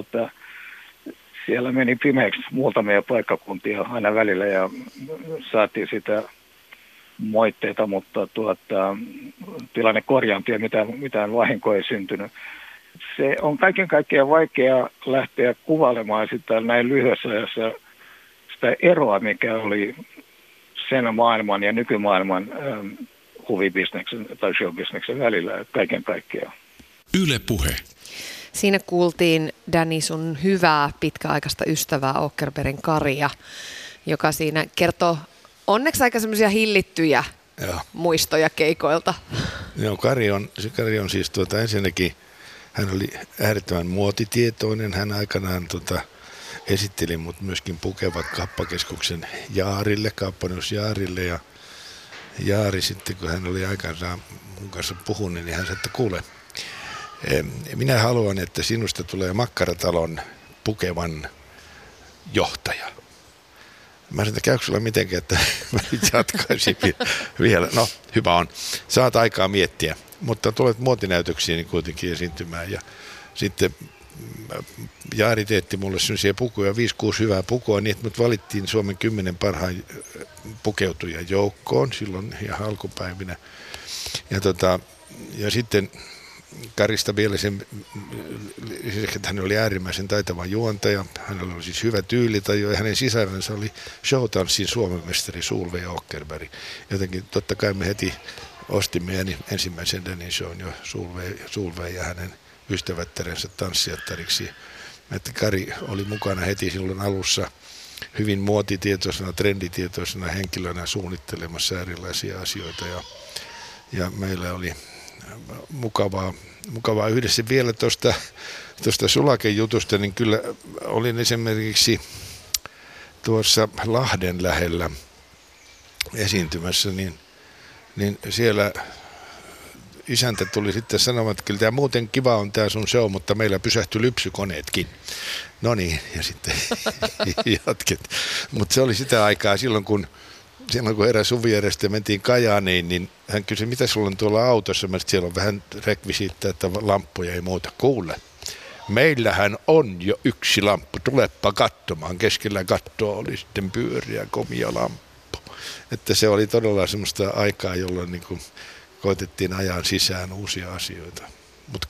siellä meni pimeäksi muutamia paikkakuntia aina välillä ja saatiin sitä moitteita, mutta tilanne korjaantui ja mitään vahinkoa ei syntynyt. Se on kaiken kaikkiaan vaikea lähteä kuvailemaan sitä näin lyhyessä ajassa sitä eroa, mikä oli sen maailman ja nykymaailman huvibisneksen tai showbisneksen välillä kaiken kaikkiaan. Yle Puhe. Siinä kuultiin Dani sun hyvää pitkäaikaista ystävää Åkerbergin Karia, joka siinä kertoo onneksi aika semmoisia hillittyjä muistoja keikoilta. Joo, Kari on siis ensinnäkin, hän oli äärettömän muotitietoinen, hän aikanaan esitteli mut myöskin Pukevat kauppakeskuksen Jaarille, kauppaneuvos Jaarille ja Jaari sitten, kun hän oli aikanaan mun kanssa puhunut, niin hän sanoi, että kuule, minä haluan, että sinusta tulee Makkaratalon Pukevan johtaja. Mä sanoin, että käykö sulla mitenkään, että mä nyt jatkaisin vielä. No, hyvä on. Saat aikaa miettiä, mutta tulet muotinäytöksiin niin kuitenkin esiintymään. Ja sitten Jaari teetti mulle sellaisia pukuja, 5-6 hyvää pukua, niin että mut valittiin Suomen 10 parhaan pukeutujan joukkoon silloin ihan alkupäivinä. Ja sitten Karista vielä sen, että hän oli äärimmäisen taitava juontaja, hänellä oli siis hyvä tyylitaju ja hänen sisarensa oli showtanssin Suomen mestari Solveig Åkerberg. Jotenkin totta kai me heti ostimme ensimmäisen Danin shown jo Solveig ja hänen ystävättärensä tanssijattariksi. Että Kari oli mukana heti silloin alussa hyvin muotitietoisena, trenditietoisena henkilönä suunnittelemassa erilaisia asioita ja meillä oli mukavaa yhdessä vielä tuosta sulakejutusta, niin kyllä olin esimerkiksi tuossa Lahden lähellä esiintymässä, niin siellä isäntä tuli sitten sanomaan, että kyllä tämä muuten kiva on tämä sun show, mutta meillä pysähtyi lypsykoneetkin. No niin, ja sitten jatket. Mutta se oli sitä aikaa silloin, kun eräs suvijärjestäjä mentiin Kajaaniin, niin hän kysyi, mitä sulla on tuolla autossa? Mä siellä on vähän rekvisiittaa, että lamppuja ei muuta. Kuule, meillähän on jo yksi lamppu, tulepa katsomaan. Keskellä kattoa oli sitten pyöriä komia lamppu. Että se oli todella semmoista aikaa, jolloin niin kuin koetettiin ajan sisään uusia asioita. Mutta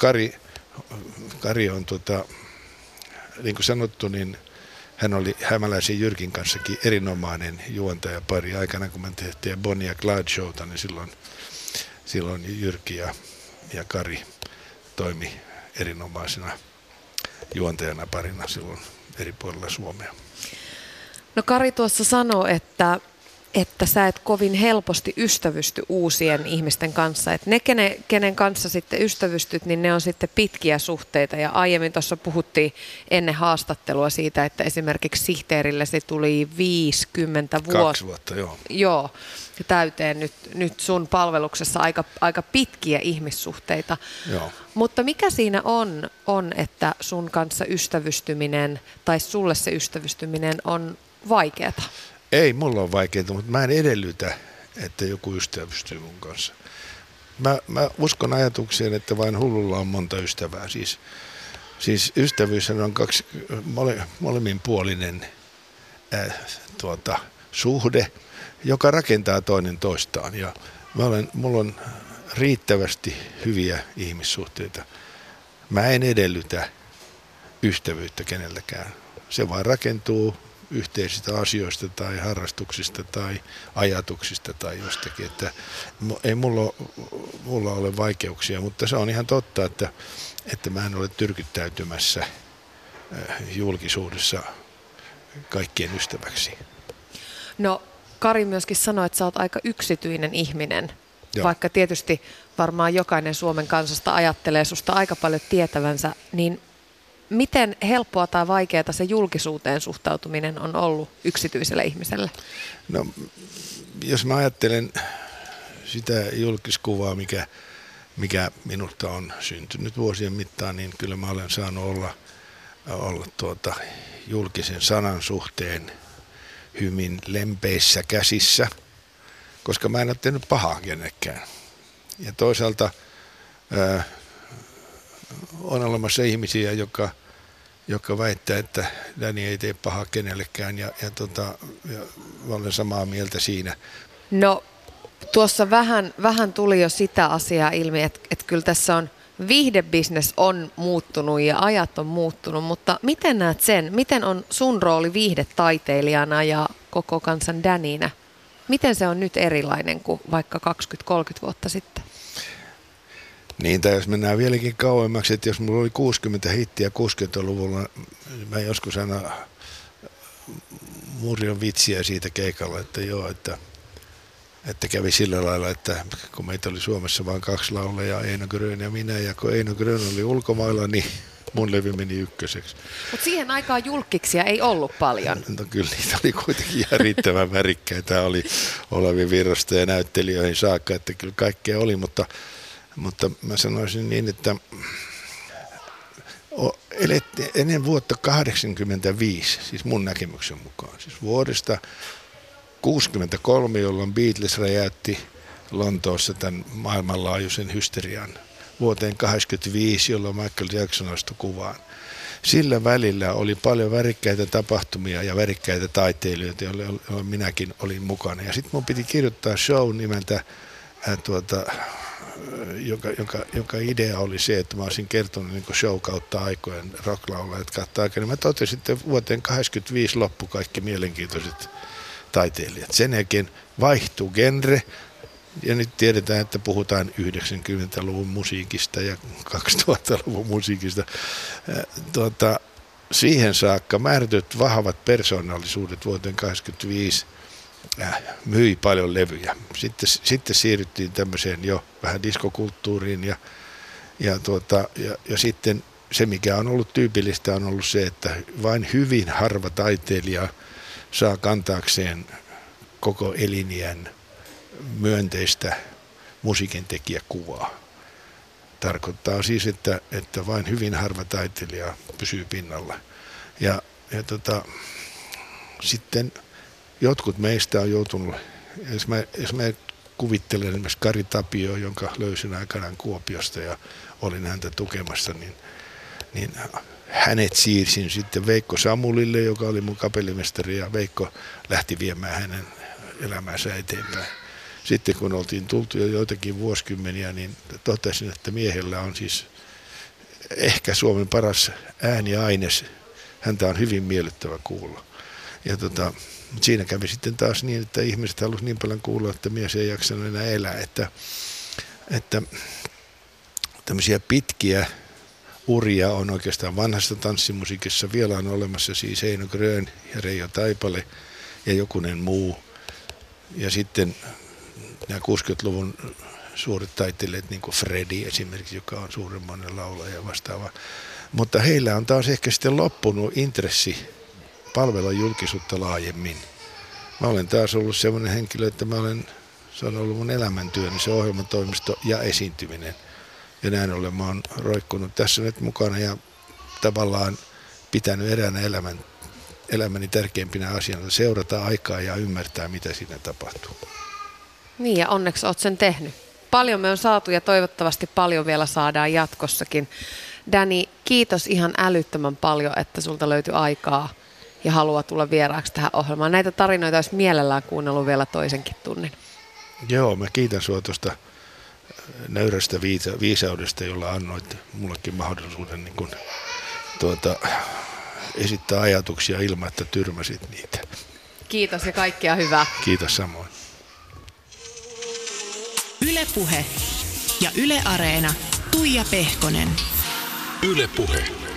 Kari on, niin kuin sanottu, niin hän oli Hämäläisen Jyrkin kanssakin erinomainen juontajapari. Aikana kun me tehtiin Bonnie ja Clyde showta, niin silloin Jyrki ja Kari toimi erinomaisena juontajana parina silloin eri puolilla Suomea. No Kari tuossa sanoi, että sä et kovin helposti ystävysty uusien ihmisten kanssa. Että ne, kenen kanssa sitten ystävystyt, niin ne on sitten pitkiä suhteita. Ja aiemmin tuossa puhuttiin ennen haastattelua siitä, että esimerkiksi sihteerille se tuli 50 vuotta. 2 vuotta, joo. Joo, ja täyteen nyt sun palveluksessa aika pitkiä ihmissuhteita. Joo. Mutta mikä siinä on, että sun kanssa ystävystyminen tai sulle se ystävystyminen on vaikeata? Ei mulla on vaikeaa, mutta mä en edellytä, että joku ystävystyy mun kanssa. Mä uskon ajatukseen, että vain hullulla on monta ystävää. Siis ystävyys on molemminpuolinen suhde, joka rakentaa toinen toistaan. Ja mulla on riittävästi hyviä ihmissuhteita. Mä en edellytä ystävyyttä kenellekään. Se vaan rakentuu yhteisistä asioista tai harrastuksista tai ajatuksista tai jostakin. Että ei mulla ole vaikeuksia, mutta se on ihan totta, että mä en ole tyrkyttäytymässä julkisuudessa kaikkien ystäväksi. No Kari myöskin sanoi, että sä oot aika yksityinen ihminen, Joo. Vaikka tietysti varmaan jokainen Suomen kansasta ajattelee susta aika paljon tietävänsä, niin miten helppoa tai vaikeaa se julkisuuteen suhtautuminen on ollut yksityiselle ihmiselle? No, jos mä ajattelen sitä julkiskuvaa, mikä minusta on syntynyt vuosien mittaan, niin kyllä mä olen saanut olla julkisen sanan suhteen hyvin lempeissä käsissä, koska mä en ole tehnyt pahaa kenellekään. Ja toisaalta on olemassa ihmisiä, jotka väittää, että Dani ei tee pahaa kenellekään ja olen samaa mieltä siinä. No tuossa vähän tuli jo sitä asiaa ilmi, että kyllä tässä on viihdebisnes on muuttunut ja ajat on muuttunut, mutta miten näet sen? Miten on sun rooli viihdetaiteilijana ja koko kansan Daninä? Miten se on nyt erilainen kuin vaikka 20-30 vuotta sitten? Niin, tai jos mennään vieläkin kauemmaksi, että jos mulla oli 60 hittiä 60-luvulla, mä joskus aina murjon vitsiä siitä keikalla, että joo, että kävi sillä lailla, että kun meitä oli Suomessa vain 2 laulajaa, Eino Grön ja minä, ja kun Eino Grön oli ulkomailla, niin mun levy meni ykköseksi. Mutta siihen aikaan julkkiksia ei ollut paljon. No kyllä niitä oli kuitenkin ihan riittävän värikkäitä, oli Olavi Virrosta ja näyttelijöihin saakka, että kyllä kaikkea oli, mutta mä sanoisin niin, että elettiin ennen vuotta 1985, siis mun näkemyksen mukaan. Siis vuodesta 1963, jolloin Beatles räjäytti Lontoossa tämän maailmanlaajuisen hysterian, vuoteen 1985, jolloin Michael Jackson astui kuvaan. Sillä välillä oli paljon värikkäitä tapahtumia ja värikkäitä taiteilijoita, joilla minäkin olin mukana. Ja sitten mun piti kirjoittaa show nimeltä, jonka idea oli se, että mä olisin kertonut niin show kautta aikojen, rocklaulajat kautta aikojen. Mä totesin, että vuoteen 1985 loppu kaikki mielenkiintoiset taiteilijat. Sen jälkeen vaihtui genre. Ja nyt tiedetään, että puhutaan 90-luvun musiikista ja 2000-luvun musiikista. Siihen saakka määrätyt vahvat persoonallisuudet vuoteen 1985 myi paljon levyjä. Sitten siirryttiin tämmöiseen jo vähän diskokulttuuriin ja sitten se, mikä on ollut tyypillistä, on ollut se, että vain hyvin harva taiteilija saa kantaakseen koko eliniän myönteistä musiikintekijäkuvaa. Tarkoittaa siis, että vain hyvin harva taiteilija pysyy pinnalla. Sitten jotkut meistä on joutunut, jos mä kuvittelen esimerkiksi Kari Tapio, jonka löysin aikanaan Kuopiosta ja olin häntä tukemassa, niin hänet siirsin sitten Veikko Samulille, joka oli mun kapellimestari, ja Veikko lähti viemään hänen elämäänsä eteenpäin. Sitten kun oltiin tultu jo joitakin vuosikymmeniä, niin totesin, että miehellä on siis ehkä Suomen paras ääniaines. Häntä on hyvin miellyttävä kuulla. Ja siinä kävi sitten taas niin, että ihmiset halusivat niin paljon kuulla, että mies ei jaksanut enää elää. Että tämmöisiä pitkiä uria on oikeastaan vanhassa tanssimusiikissa. Vielä on olemassa siis Eino Grön ja Reijo Taipale ja jokunen muu. Ja sitten nämä 60-luvun suuret taiteilijat, niin kuin Freddy esimerkiksi, joka on suuremmoinen laulaja ja vastaava. Mutta heillä on taas ehkä sitten loppunut intressi palvella julkisuutta laajemmin. Mä olen taas ollut sellainen henkilö, että se on ollut mun elämäntyöni, se ohjelmatoimisto ja esiintyminen. Ja näin ollen mä oon roikkunut tässä nyt mukana ja tavallaan pitänyt eräänä elämäni tärkeimpinä asiana seurata aikaa ja ymmärtää, mitä siinä tapahtuu. Niin, ja onneksi olet sen tehnyt. Paljon me on saatu ja toivottavasti paljon vielä saadaan jatkossakin. Danny, kiitos ihan älyttömän paljon, että sulta löytyi aikaa ja haluaa tulla vieraaksi tähän ohjelmaan. Näitä tarinoita olisi mielellään kuunnellut vielä toisenkin tunnin. Joo, mä kiitän sua tuosta nöyrästä viisaudesta, jolla annoit mullekin mahdollisuuden niin kun, esittää ajatuksia ilman, että tyrmäsit niitä. Kiitos ja kaikkea hyvää. Kiitos samoin. Yle Puhe ja Yle Areena. Tuija Pehkonen. Yle Puhe.